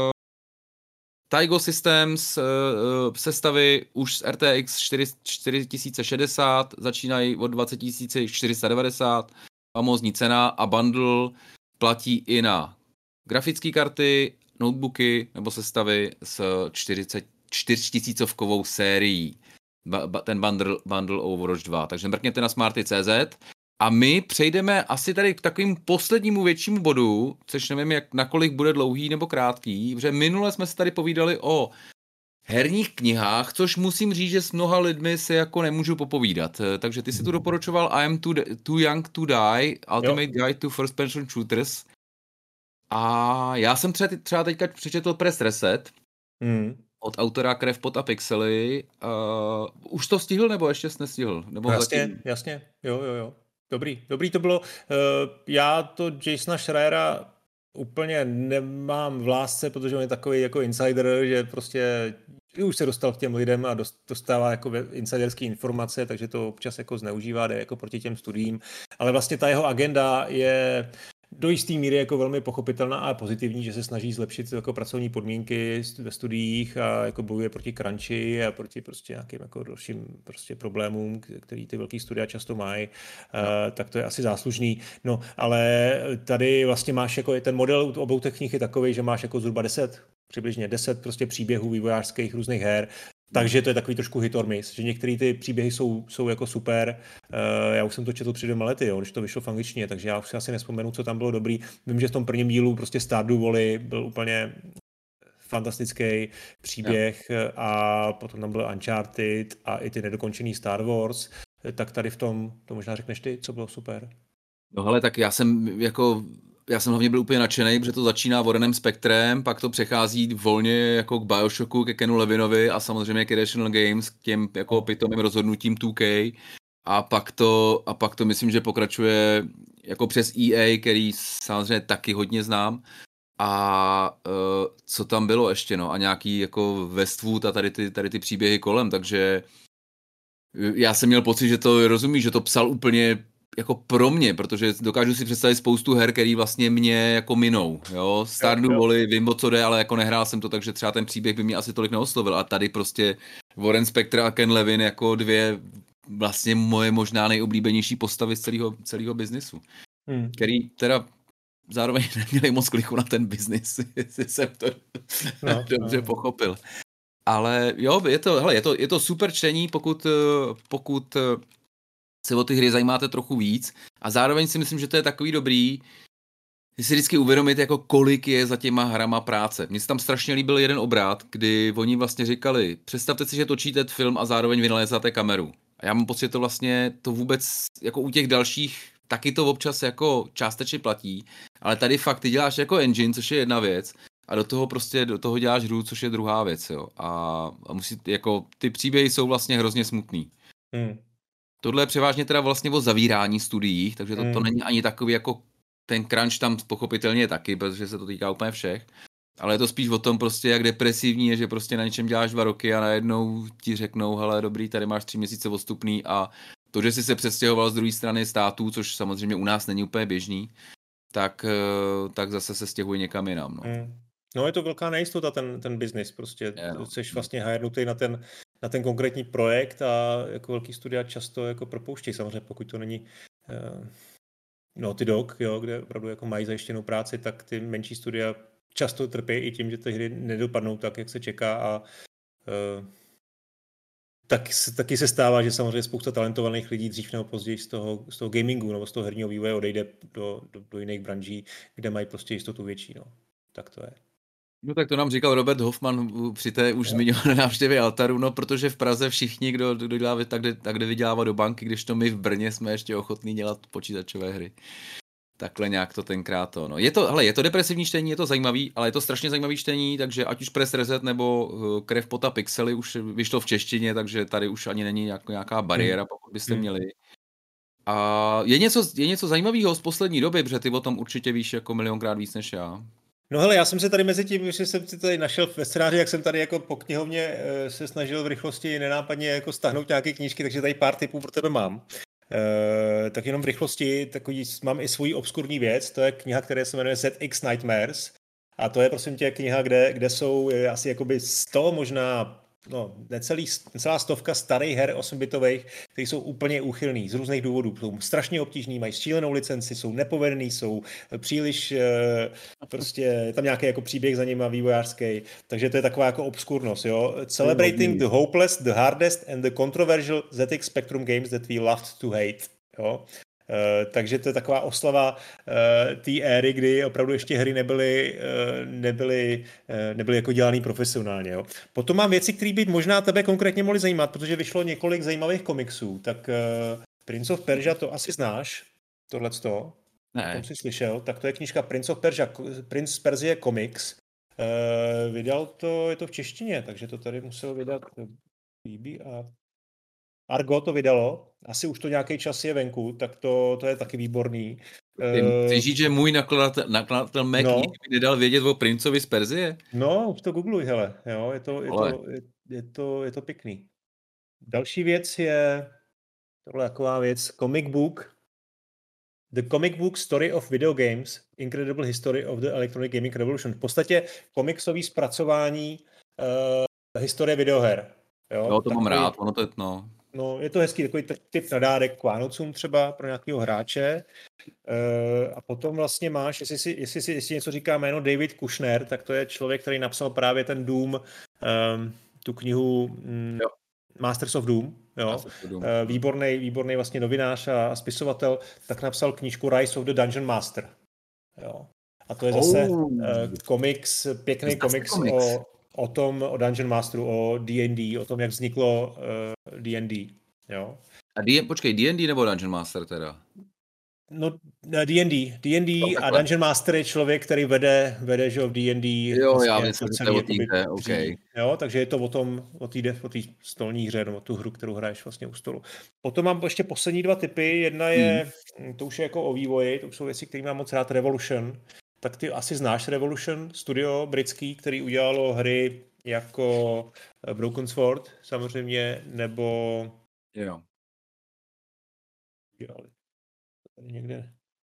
Taigo Systems uh, sestavy už z R T X čtyři tisíce šedesát začínají od dvacet tisíc čtyři sta devadesát, famózní cena a bundle platí i na grafické karty, notebooky nebo sestavy s čtyřtisícovkovou sérií. Ba- ba- ten bundle, bundle Overwatch dva. Takže mrkněte na smarty tečka cé zet. A my přejdeme asi tady k takovým poslednímu většímu bodu, což nevím, jak nakolik bude dlouhý nebo krátký, protože minule jsme se tady povídali o herních knihách, což musím říct, že s mnoha lidmi se jako nemůžu popovídat. Takže ty si tu doporučoval I am too, too young to die, Ultimate jo. Guide to First Person Shooters. A já jsem třeba, třeba teďka přečetl Press Reset hmm. od autora Krev, pot a pixely. Uh, už to stihl, nebo ještě jsi nestihl? Nebo jasně, zatím... jasně, jo, jo, jo. Dobrý, dobrý to bylo. Já to Jasona Schreiera úplně nemám v lásce, protože on je takový jako insider, že prostě už se dostal k těm lidem a dostává jako insiderské informace, takže to občas jako zneužívá, jde jako proti těm studiím. Ale vlastně ta jeho agenda je do jisté míry jako velmi pochopitelná a pozitivní, že se snaží zlepšit jako pracovní podmínky ve studiích a jako bojuje proti crunchi a proti prostě nějakým jako dalším prostě problémům, který ty velký studia často mají, no. uh, tak to je asi záslužný. No, ale tady vlastně máš jako ten model obou těch knih je takový, že máš jako zhruba deset, přibližně deset prostě příběhů vývojářských různých her. Takže to je takový trošku hit or miss, že některé ty příběhy jsou, jsou jako super. Uh, já už jsem to četl před dvěma lety, jo, když to vyšlo v angličtině, takže já už si asi nespomenu, co tam bylo dobrý. Vím, že v tom prvním dílu prostě Stardew Valley byl úplně fantastický příběh ja. A potom tam byl Uncharted a i ty nedokončený Star Wars. Tak tady v tom, to možná řekneš ty, co bylo super. No hele, tak já jsem jako... Já jsem hlavně byl úplně nadšenej, protože to začíná Warrenem Spectrem, pak to přechází volně jako k Bioshocku, ke Kenu Levinovi a samozřejmě k Irrational Games, k těm jako pitomým rozhodnutím dva K. A pak to, a pak to myslím, že pokračuje jako přes E A, který samozřejmě taky hodně znám. A uh, co tam bylo ještě, no, a nějaký jako Westwood a tady ty, tady ty příběhy kolem, takže já jsem měl pocit, že to rozumí, že to psal úplně jako pro mě, protože dokážu si představit spoustu her, který vlastně mě jako minou, jo, Stardew Valley, vím, o co jde, ale jako nehrál jsem to, takže třeba ten příběh by mě asi tolik neoslovil a tady prostě Warren Spector a Ken Levin jako dvě vlastně moje možná nejoblíbenější postavy z celého, celého biznisu, hmm. který teda zároveň neměli moc kliku na ten biznis, jestli jsem to no, dobře no. pochopil. Ale jo, je to, hele, je to, je to super čtení, pokud, pokud se o ty hry zajímáte trochu víc a zároveň si myslím, že to je takový dobrý si vždycky uvědomit, jako kolik je za těma hrama práce. Mně se tam strašně líbil jeden obrat, kdy oni vlastně říkali, představte si, že točíte film a zároveň vynalézáte kameru. A já mám pocit, že to vlastně to vůbec jako u těch dalších taky to občas jako částečně platí, ale tady fakt ty děláš jako engine, což je jedna věc, a do toho prostě, do toho děláš hru, což je druhá věc, jo. A, a musí, jako, ty příběhy jsou vlastně hrozně smutný. Hmm. Tohle je převážně teda vlastně o zavírání studií, takže to, to Hmm. není ani takový jako ten crunch tam pochopitelně je taky, protože se to týká úplně všech. Ale je to spíš o tom prostě, jak depresivní je, že prostě na něčem děláš dva roky a najednou ti řeknou, hele dobrý, tady máš tři měsíce odstupný a to, že jsi se přestěhoval z druhé strany států, což samozřejmě u nás není úplně běžný, tak, tak zase se stěhuj někam jinam. No, hmm. no je to velká nejistota ten, ten biznis, prostě je, no. jsi vlastně hajernutý na ten, na ten konkrétní projekt a jako velký studia často jako propouštějí, samozřejmě pokud to není uh, Naughty Dog, jo, kde opravdu jako mají zajištěnou práci, tak ty menší studia často trpí i tím, že ty hry nedopadnou tak, jak se čeká a uh, tak, taky se stává, že samozřejmě spousta talentovaných lidí dřív nebo později z toho, z toho gamingu nebo z toho herního vývoje odejde do, do, do jiných branží, kde mají prostě jistotu větší. No. Tak to je. No tak to nám říkal Robert Hoffman při té už zmiňované návštěvě Altaru, no protože v Praze všichni, kdo, kdo dělá, tak jde, tak jde vydělávat do banky, když to my v Brně jsme ještě ochotní dělat počítačové hry. Takhle nějak to tenkrát to, no. Je to, hele, je to depresivní čtení, je to zajímavý, ale je to strašně zajímavý čtení, takže ať už Press Reset nebo Krev, pota, pixely už vyšlo v češtině, takže tady už ani není nějak, nějaká bariéra, pokud byste měli. A je něco, je něco zajímavého z poslední doby, protože ty o tom určitě víš jako milionkrát víc než já. No hele, já jsem se tady mezi tím, že jsem si tady našel ve scénáři, jak jsem tady jako po knihovně se snažil v rychlosti nenápadně jako stáhnout nějaké knížky, takže tady pár tipů pro tebe mám. Uh, tak jenom v rychlosti, takový, mám i svůj obskurní věc, to je kniha, která se jmenuje Z X Nightmares a to je prosím tě kniha, kde, kde jsou asi jakoby sto, možná no, necelý, necelá stovka starých her osmbitových, které jsou úplně úchylný z různých důvodů. Jsou strašně obtížný, mají šílenou licenci, jsou nepovedený, jsou příliš uh, prostě, je tam nějaký jako příběh za nima vývojářský, takže to je taková jako obskurnost, jo. Celebrating the hopeless, the hardest and the controversial Z X Spectrum games that we loved to hate, jo. Uh, takže to je taková oslava uh, té éry, kdy opravdu ještě hry nebyly, uh, nebyly, uh, nebyly jako dělaný profesionálně. Jo. Potom mám věci, které by možná tebe konkrétně mohly zajímat, protože vyšlo několik zajímavých komiksů. Tak uh, Prince of Persia, to asi znáš, tohleto. Ne. Tom jsi slyšel. Tak to je knížka Prince of Persia, Prince Persie Comics. Uh, vydal to, je to v češtině, takže to tady musel vydat B B a Argo to vydalo, asi už to nějaký čas je venku, tak to, to je taky výborný. Ty říct, že můj nakladatel, nakladatel Mac no. mi nedal vědět o Princovi z Perzie? No, už to googluj, hele, jo, je to, je to, je, je to, je to pěkný. Další věc je, tohle taková věc, comic book, The Comic Book Story of Video Games, Incredible History of the Electronic Gaming Revolution. V podstatě komiksový zpracování uh, historie videoher. Jo, jo to takový, mám rád, ono to je, no. No, je to hezký takový typ na dárek k Vánocům třeba pro nějakého hráče. E, a potom vlastně máš, jestli si, jestli si jestli něco říká jméno David Kushner, tak to je člověk, který napsal právě ten Doom, um, tu knihu um, Masters of Doom. Jo. Doom. E, výborný, výborný vlastně novinář a, a spisovatel, tak napsal knížku Rise of the Dungeon Master. Jo. A to je zase oh. uh, komiks, pěkný komiks o o tom, o Dungeon Masteru, o D and D, o tom, jak vzniklo uh, D and D, jo. A D, počkej, D and D nebo Dungeon Master teda? No, D and D. D and D no, a Dungeon Master je člověk, který vede, vede že v D and D. Jo, vlastně, já myslím, že to je o okay. Jo, takže je to o tom, o té o té stolní hře, nebo tu hru, kterou hraješ vlastně u stolu. Potom mám ještě poslední dva typy. Jedna je, hmm. to už je jako o vývoji, to už jsou věci, které mám moc rád, Revolution. Tak ty asi znáš Revolution, studio britský, který udělalo hry jako Broken Sword samozřejmě, nebo... Jo. Tady někde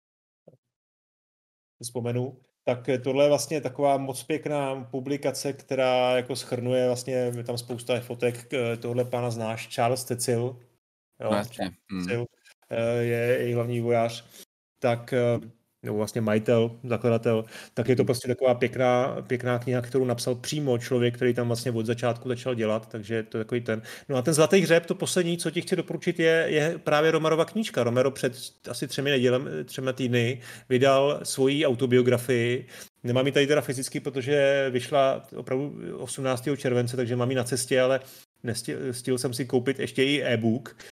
vzpomenu. Tak tohle je vlastně taková moc pěkná publikace, která jako shrnuje vlastně, je tam spousta fotek, tohle pána znáš, Charles Cecil. Jo, vlastně. Cecil je její hlavní vývojář. Tak... nebo vlastně majitel, zakladatel, tak je to prostě taková pěkná, pěkná kniha, kterou napsal přímo člověk, který tam vlastně od začátku začal dělat, takže to je takový ten. No a ten Zlatý hřeb, to poslední, co ti chci doporučit, je, je právě Romerova knížka. Romero před asi třemi nedělem, třemi týdny vydal svoji autobiografii. Nemám ji tady teda fyzicky, protože vyšla opravdu osmnáctého července, takže mám ji na cestě, ale nestihl jsem si koupit ještě i e-book.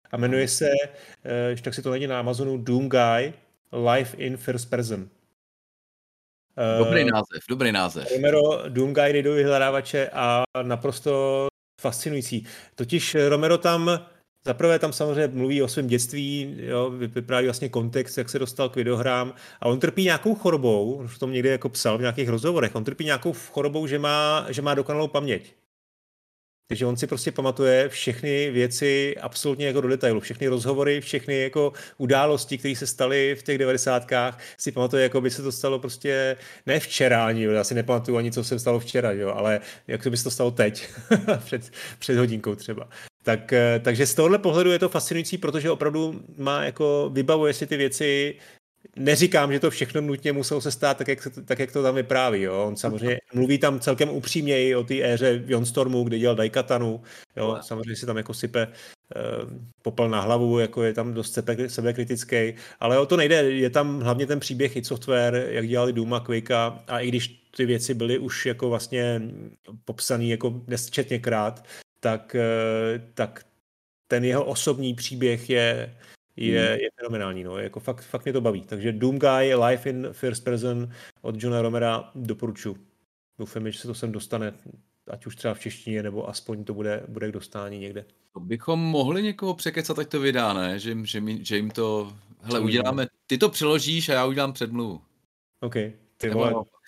a jmenuje se, uh, tak si to najde na Amazonu, Doom Guy Life in First Person. Dobrý název, dobrý název. Romero, Doom Guy, do vyhledávače a naprosto fascinující. Totiž Romero tam, zaprvé tam samozřejmě mluví o svém dětství, jo, vypráví vlastně kontext, jak se dostal k videohrám a on trpí nějakou chorobou, už to někde jako psal v nějakých rozhovorech, on trpí nějakou chorobou, že má, že má dokonalou paměť. Takže on si prostě pamatuje všechny věci absolutně jako do detailu, všechny rozhovory, všechny jako události, které se staly v těch devadesátkách, si pamatuje, jako by se to stalo prostě ne včera ani, já si nepamatuju ani, co se stalo včera, jo, ale jak by se to stalo teď, před, před hodinkou třeba. Tak, takže z tohohle pohledu je to fascinující, protože opravdu má jako, vybavuje si ty věci. Neříkám, že to všechno nutně muselo se stát tak, jak, se, tak, jak to tam vypráví. Jo. On samozřejmě mluví tam celkem upřímněji o té éře Jonstormu, kde dělal Daikatanu. Jo. Samozřejmě si tam jako sype eh, popel na hlavu, jako je tam dost sebe, sebekritický. Ale o to nejde. Je tam hlavně ten příběh id Software, jak dělali Dooma, Quakea. A i když ty věci byly už jako vlastně popsané jako nesčetněkrát, tak, eh, tak ten jeho osobní příběh je Je, je fenomenální, no, jako fakt, fakt mě to baví. Takže Doom Guy, Life in First Person od Johna Romera doporučuji. Doufám, že se to sem dostane, ať už třeba v češtině, nebo aspoň to bude, bude k dostání někde. To bychom mohli někoho překecat, ať to vydá, ne? Že, že, mi, že jim to... Hele, uděláme, ty to přeložíš a já udělám předmluvu. OK, ty vole.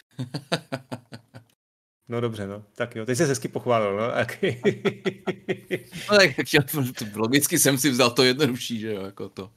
No dobře, no. Tak jo, teď se hezky pochválil, no. No tak logicky jsem si vzal to jednodušší, že jo, jako to.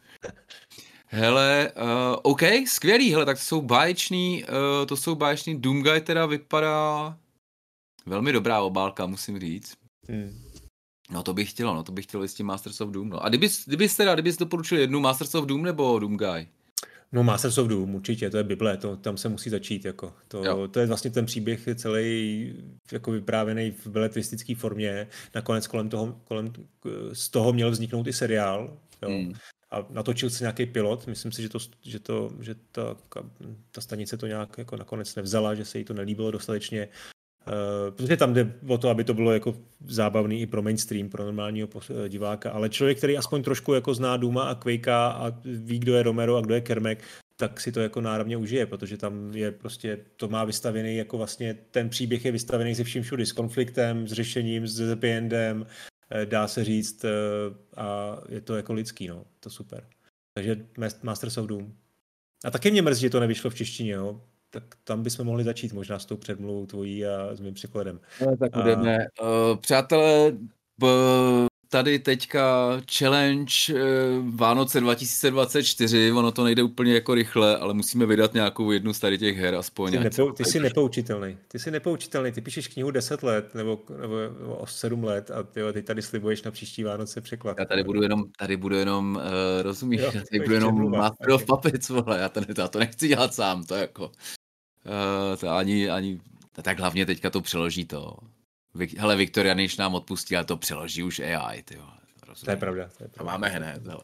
Hele, uh, OK, skvělý, hele, tak to jsou báječný, uh, to jsou báječný, Doom Guy teda vypadá velmi dobrá obálka, musím říct. Hmm. No to bych chtělo, no to bych chtělo s tím Masters of Doom, no. A kdybys, kdybys teda, kdybys doporučil jednu Masters of Doom nebo Doom Guy? No Masters of Doom, určitě, to je Bible, to, tam se musí začít, jako. To, to je vlastně ten příběh celý jako vyprávěný v beletristické formě, nakonec kolem toho, kolem, z toho měl vzniknout i seriál, jo. Hmm. A natočil se nějaký pilot, myslím si, že, to, že, to, že ta, ta stanice to nějak jako nakonec nevzala, že se jí to nelíbilo dostatečně, uh, protože tam jde o to, aby to bylo jako zábavný i pro mainstream, pro normálního diváka, ale člověk, který aspoň trošku jako zná Dooma a Quakea a ví, kdo je Romero a kdo je Kermek, tak si to jako náravně užije, protože tam je prostě, to má vystavený jako vlastně, ten příběh je vystavený se vším všudy, s konfliktem, s řešením, s happy endem, dá se říct, a je to jako lidský, no, to super. Takže Masters of Doom. A taky mě mrzí, že to nevyšlo v češtině, jo. Tak tam bychom mohli začít možná s tou předmluvou tvojí a s mým překladem. No, tak budeme. A... Uh, přátelé, b- tady teďka challenge uh, Vánoce dva tisíce dvacet čtyři, ono to nejde úplně jako rychle, ale musíme vydat nějakou jednu z tady těch her aspoň. Ty, nepou, ty jsi nepoučitelný. Ty jsi nepoučitelný. Ty píšeš knihu deset let nebo, nebo sedm let a ty, ty tady slibuješ na příští Vánoce překlad. Já tady budu jenom, tady budu jenom, uh, rozumíš, jo, já tady budu jenom Master of Puppets, vole, já to, já to nechci dělat sám, to jako, uh, to ani, ani, tak hlavně teďka to přeloží to. Hele, Viktoria, než nám odpustí, ale to přeloží už A I, ty vole. To je pravda. To je pravda. To máme hned, hele.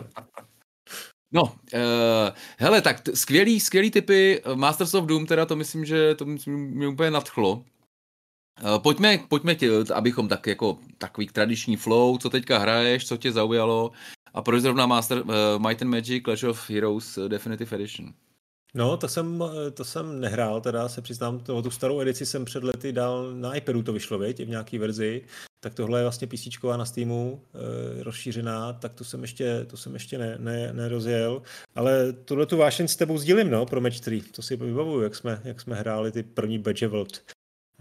No, uh, hele, tak t- skvělý, skvělý typy, Masters of Doom, teda to myslím, že to mě úplně nadchlo. Uh, pojďme, pojďme tě, abychom tak jako takový tradiční flow, co teďka hraješ, co tě zaujalo a proč zrovna Master, uh, Might and Magic Clash of Heroes Definitive Edition. No, to jsem, to jsem nehrál, teda se přiznám, to, tu starou edici jsem před lety dal na iPadu, to vyšlo, viď, v nějaký verzi, tak tohle je vlastně PCčková na Steamu, e, rozšířená, tak to jsem ještě, to jsem ještě ne, ne, nerozjel, ale tuhle tu vášeň s tebou sdílím, no, pro Match tři, to si vybavuju, jak jsme, jak jsme hráli ty první Badge World. E,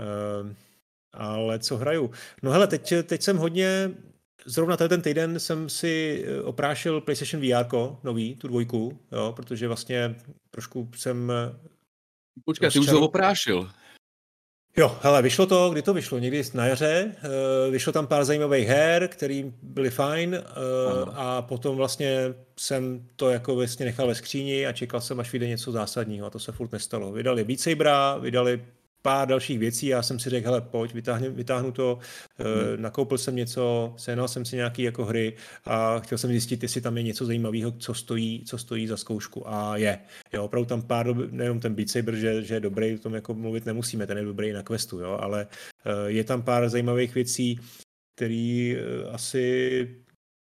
ale co hraju? No hele, teď, teď jsem hodně, zrovna ten týden jsem si oprášil PlayStation V R ko, nový, tu dvojku, jo, protože vlastně trošku jsem... Počkej, ty už ho oprášil. Jo, hele, vyšlo to, kdy to vyšlo? Někdy na jaře, vyšlo tam pár zajímavých her, které byly fajn. Aha. A potom vlastně jsem to jako vlastně nechal ve skříni a čekal jsem, až vyjde něco zásadního a to se furt nestalo. Vydali Beat Sabera, vydali pár dalších věcí, já jsem si řekl, hele, pojď, vytáhnu, vytáhnu to, hmm. nakoupil jsem něco, sehnal jsem si nějaký jako hry a chtěl jsem zjistit, jestli tam je něco zajímavého, co stojí, co stojí za zkoušku a je. Jo, opravdu tam pár, nejenom ten Beat Saber, že, že je dobrý, o tom jako mluvit nemusíme, ten je dobrý i na questu, jo, ale je tam pár zajímavých věcí, které asi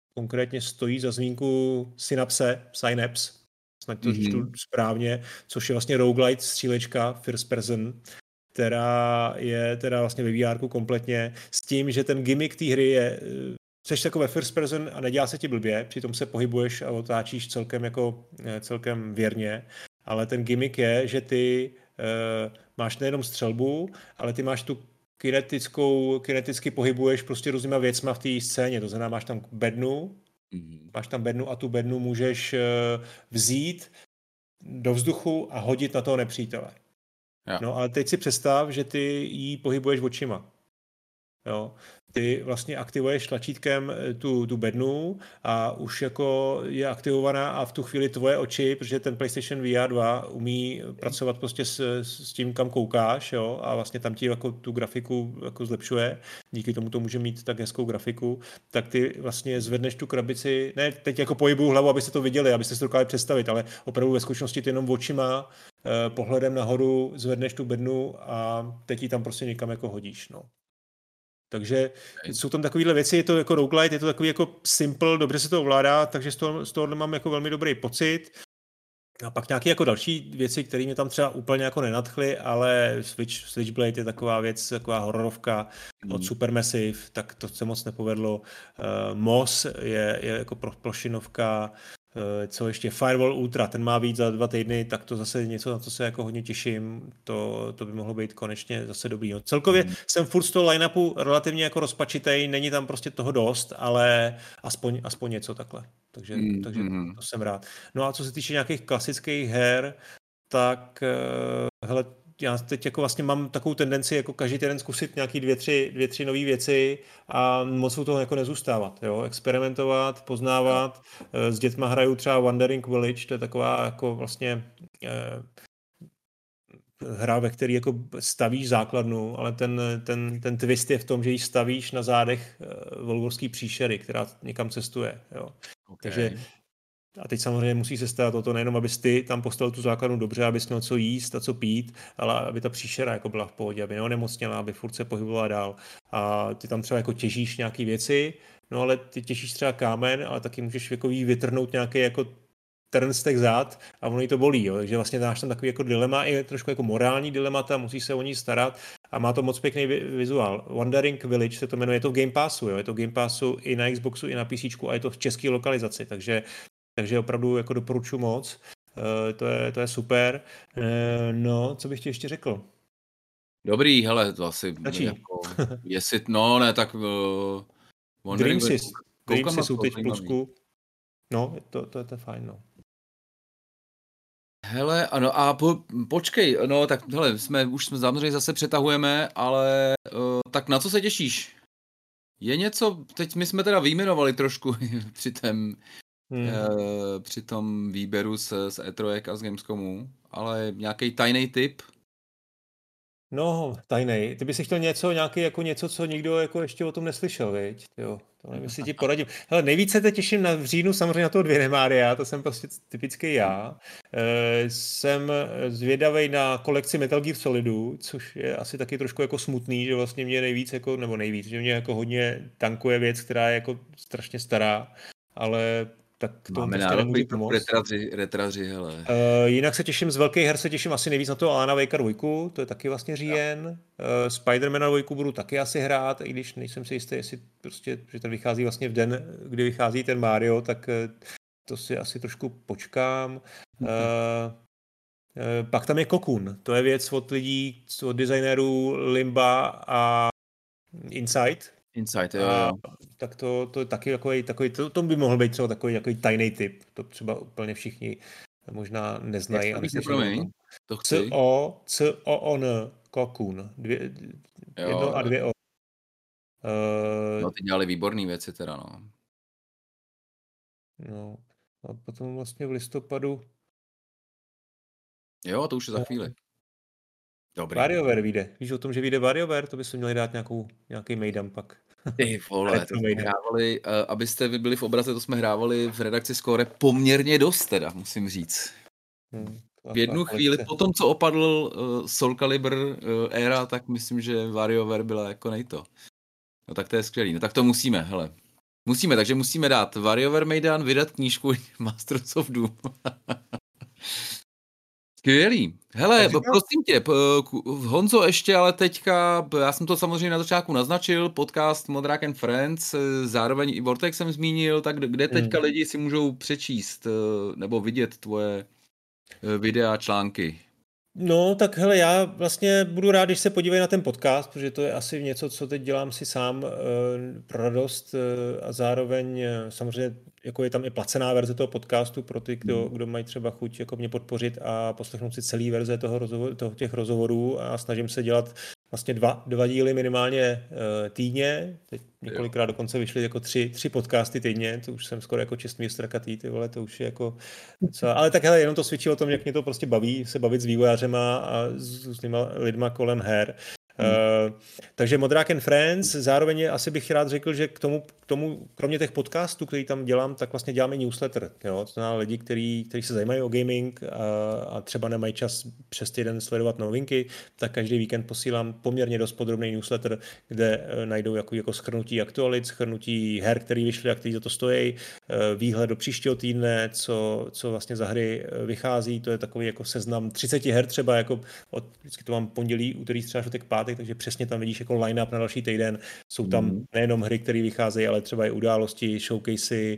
konkrétně stojí za zmínku Synapse, Synapse, snad to Mhm. čtu správně, což je vlastně roguelite střílečka first person, která je teda vlastně ve vé erku kompletně, s tím, že ten gimmick té hry je, eh, seš takové first person a nedělá se ti blbě, přitom se pohybuješ a otáčíš celkem jako eh, celkem věrně, ale ten gimmick je, že ty uh, máš nejenom střelbu, ale ty máš tu kinetickou, kineticky pohybuješ prostě různýma věcma v té scéně, to znamená, máš tam bednu, Mhm. máš tam bednu a tu bednu můžeš uh, vzít do vzduchu a hodit na toho nepřítele. Jo. No ale teď si představ, že ty jí pohybuješ očima. Jo. Ty vlastně aktivuješ tlačítkem tu, tu bednu a už jako je aktivovaná a v tu chvíli tvoje oči, protože ten PlayStation V R dva umí pracovat prostě s, s tím, kam koukáš, jo, a vlastně tam ti jako tu grafiku jako zlepšuje, díky tomu to může mít tak hezkou grafiku, tak ty vlastně zvedneš tu krabici, ne teď jako pohybuju hlavu, abyste to viděli, abyste si to dokázali představit, ale opravdu ve skutečnosti ty jenom očima, eh, pohledem nahoru zvedneš tu bednu a teď ji tam prostě někam jako hodíš, no. Takže Okay. jsou tam takovéhle věci, je to jako roguelite, je to takový jako simple, dobře se to ovládá, takže z toho, z tohohle mám jako velmi dobrý pocit. A pak nějaké jako další věci, které mě tam třeba úplně jako nenadchly, ale Switch, Switchblade je taková věc, taková hororovka mm. od Supermassive, tak to se moc nepovedlo. Uh, Moss je, je jako plošinovka, uh, co ještě Firewall Ultra, ten má být za dva týdny, tak to zase něco, na co se jako hodně těším, to, to by mohlo být konečně zase dobrý. No, celkově mm. jsem furt z toho line-upu relativně jako rozpačitej, není tam prostě toho dost, ale aspoň, aspoň něco takhle. Takže, mm. takže to jsem rád. No a co se týče nějakých klasických her, tak uh, hele, já teď jako vlastně mám takovou tendenci jako každý týden zkusit nějaký dvě, tři, dvě, tři nové věci a moc u toho jako nezůstávat, jo, experimentovat, poznávat. S dětma hraju třeba Wandering Village, to je taková jako vlastně eh, hra, ve které jako stavíš základnu, ale ten, ten, ten twist je v tom, že ji stavíš na zádech volvorský příšery, která někam cestuje, jo. Okay. Takže a teď samozřejmě musí se starat o to nejenom, abys ty tam postavil tu základnu dobře, abys měl co jíst a co pít, ale aby ta příšera jako byla v pohodě, aby neonemocněla, aby furt se pohybovala dál. A ty tam třeba jako těžíš nějaké věci, no ale ty těžíš třeba kámen, ale taky můžeš jako jí vytrhnout nějaký jako trn z těch zád a ono jí to bolí, jo. Takže vlastně máš tam takový jako dilema, i trošku jako morální dilemata, musíš se o ní starat a má to moc pěkný vizuál. Wandering Village se to jmenuje, je to v Game Passu, jo. Je to v Game Passu i na Xboxu, i na PCčku a je to v české lokalizaci, takže Takže opravdu jako doporučuji moc. Uh, to, je, to je super. Uh, no, co bych ti ještě řekl? Dobrý, hele, to asi jako, jestli, no ne, tak uh, Dreamsys, Dreamsys jsou teď v Plusku. No, to, to, to je fajn, no. Hele, ano, a po, počkej, no tak hele, jsme, už jsme samozřejmě zase přetahujeme, ale uh, tak na co se těšíš? Je něco, teď my jsme teda vyjmenovali trošku při tém, Hmm. E, při tom výběru z, z E tři a z Gamescomu, ale nějaký tajný tip? No, tajný. Ty bys si chtěl něco, nějaký jako něco, co nikdo jako ještě o tom neslyšel, viď? Jo, to nevím, jestli ti poradím. Hele, nejvíce te těším na v říjnu samozřejmě na toho Dvěnemária, to jsem prostě typický já. E, jsem zvědavej na kolekci Metal Gear Solidu, což je asi taky trošku jako smutný, že vlastně mě nejvíc jako, nebo nejvíc, že mě jako hodně tankuje věc, která je jako strašně stará, ale tak to máme prostě nemůžu pomoct. Retraři, retraři, hele. Uh, jinak se těším, z velkých her se těším asi nejvíc na to Alana Wakea dva, to je taky vlastně říjen. Uh, Spider-Mana dva budu taky asi hrát, i když nejsem si jistý, jestli prostě, že ten vychází vlastně v den, kdy vychází ten Mario, tak uh, to si asi trošku počkám. Uh, uh, pak tam je Cocoon, to je věc od lidí, od designérů Limba a Inside. Inside, jo, jo. Tak to, to je taky takový, takový to, to by mohl být třeba takový, takový tajný tip. To třeba úplně všichni možná neznají. Jak to promiň, to chci. C-O, C-O-O-N, Cocoon. Dvě, jedno jo, a dvě O. Uh, no ty dělali výborný věci teda, no. No, a potom vlastně v listopadu. Jo, to už je za chvíli. Dobrý. WarioWare vyjde. Víš o tom, že vyjde WarioWare? To by se měli dát nějakou, nějaký mejdam pak. Ty vole, to jsme hrávali, abyste vy byli v obraze, to jsme hrávali v redakci Score poměrně dost teda, musím říct. Hmm, v jednu chvíli, po tom, co opadl uh, Soul Calibur uh, éra, tak myslím, že WarioWare byla jako nejto. No tak to je skvělý, no tak to musíme, hele. Musíme, takže musíme dát WarioWare Maidan, vydat knížku Masters of Doom. Skvělý. Hele, Takže to- prosím tě, p- k- Honzo, ještě ale teďka, b- já jsem to samozřejmě na začátku naznačil, podcast Modrák and Friends, eh, zároveň i Vortex jsem zmínil, tak kde teďka Hmm. lidi si můžou přečíst eh, nebo vidět tvoje eh, videa, články? No, tak hele, já vlastně budu rád, když se podívají na ten podcast, protože to je asi něco, co teď dělám si sám e, pro radost e, a zároveň e, samozřejmě jako je tam i placená verze toho podcastu pro ty, kdo, kdo mají třeba chuť jako mě podpořit a poslechnout si celý verze toho, rozhovor, toho těch rozhovorů a snažím se dělat vlastně dva, dva díly minimálně e, týdně. Teď několikrát dokonce vyšly jako tři, tři podcasty týdně, to už jsem skoro jako čestný strakatý, ty vole, to už je jako docela, ale tak hele, jenom to svědčí o tom, jak mě to prostě baví, se bavit s vývojářema a s různýma lidma kolem her. Hmm. Uh, takže Modrák and Friends, zároveň asi bych rád řekl, že k tomu, k tomu, kromě těch podcastů, který tam dělám, tak vlastně děláme newsletter. Jo? To znamená lidi, kteří, kteří se zajímají o gaming a, a třeba nemají čas přes týden sledovat novinky, tak každý víkend posílám poměrně dost podrobný newsletter, kde uh, najdou jako, jako shrnutí aktualit, shrnutí her, které vyšly a který za to stojí, uh, výhled do příštího týdne, co, co vlastně za hry vychází, to je takový jako seznam třicet her třeba, jako od, vždycky to mám pondělí, úterý, středa, čtvrtek, pátek, takže přesně tam vidíš jako line-up na další týden. Jsou tam mm. nejenom hry, které vycházejí, ale třeba i události, showcasey,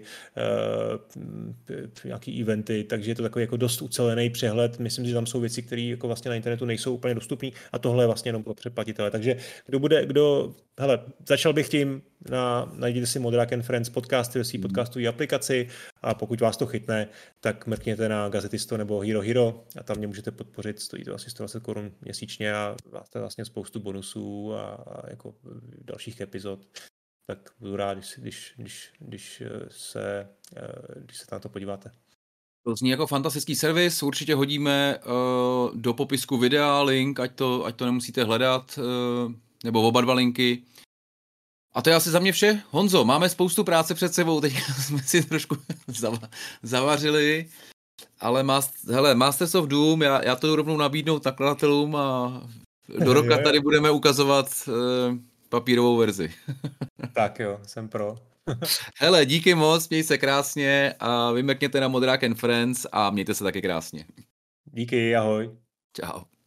uh, nějaký eventy, takže je to takový jako dost ucelený přehled. Myslím si, že tam jsou věci, které jako vlastně na internetu nejsou úplně dostupné a tohle je vlastně jenom pro předplatitele. Takže kdo bude, kdo, hele, začal bych tím, na, najděte si Modrák and Friends podcasty ve své mm. podcastové aplikaci a pokud vás to chytne, tak mrkněte na Gazetisto nebo Hero Hero a tam mě můžete podpořit, stojí to asi sto dvacet korun měsíčně a máte vlastně spoustu bonusů a, a jako dalších epizod, tak budu rád, když, když, když, když, se, když se na to podíváte. To zní jako fantastický servis, určitě hodíme uh, do popisku videa link, ať to, ať to nemusíte hledat, uh, nebo oba dva linky. A to je asi za mě vše. Honzo, máme spoustu práce před sebou, teď jsme si trošku zava- zavařili, ale mas- hele, Masters of Doom, já, já to rovnou nabídnout nakladatelům a do roka tady budeme ukazovat uh, papírovou verzi. Tak jo, jsem pro. Hele, díky moc, měj se krásně a vymrkněte na Modrák and Friends a mějte se taky krásně. Díky, ahoj. Čau.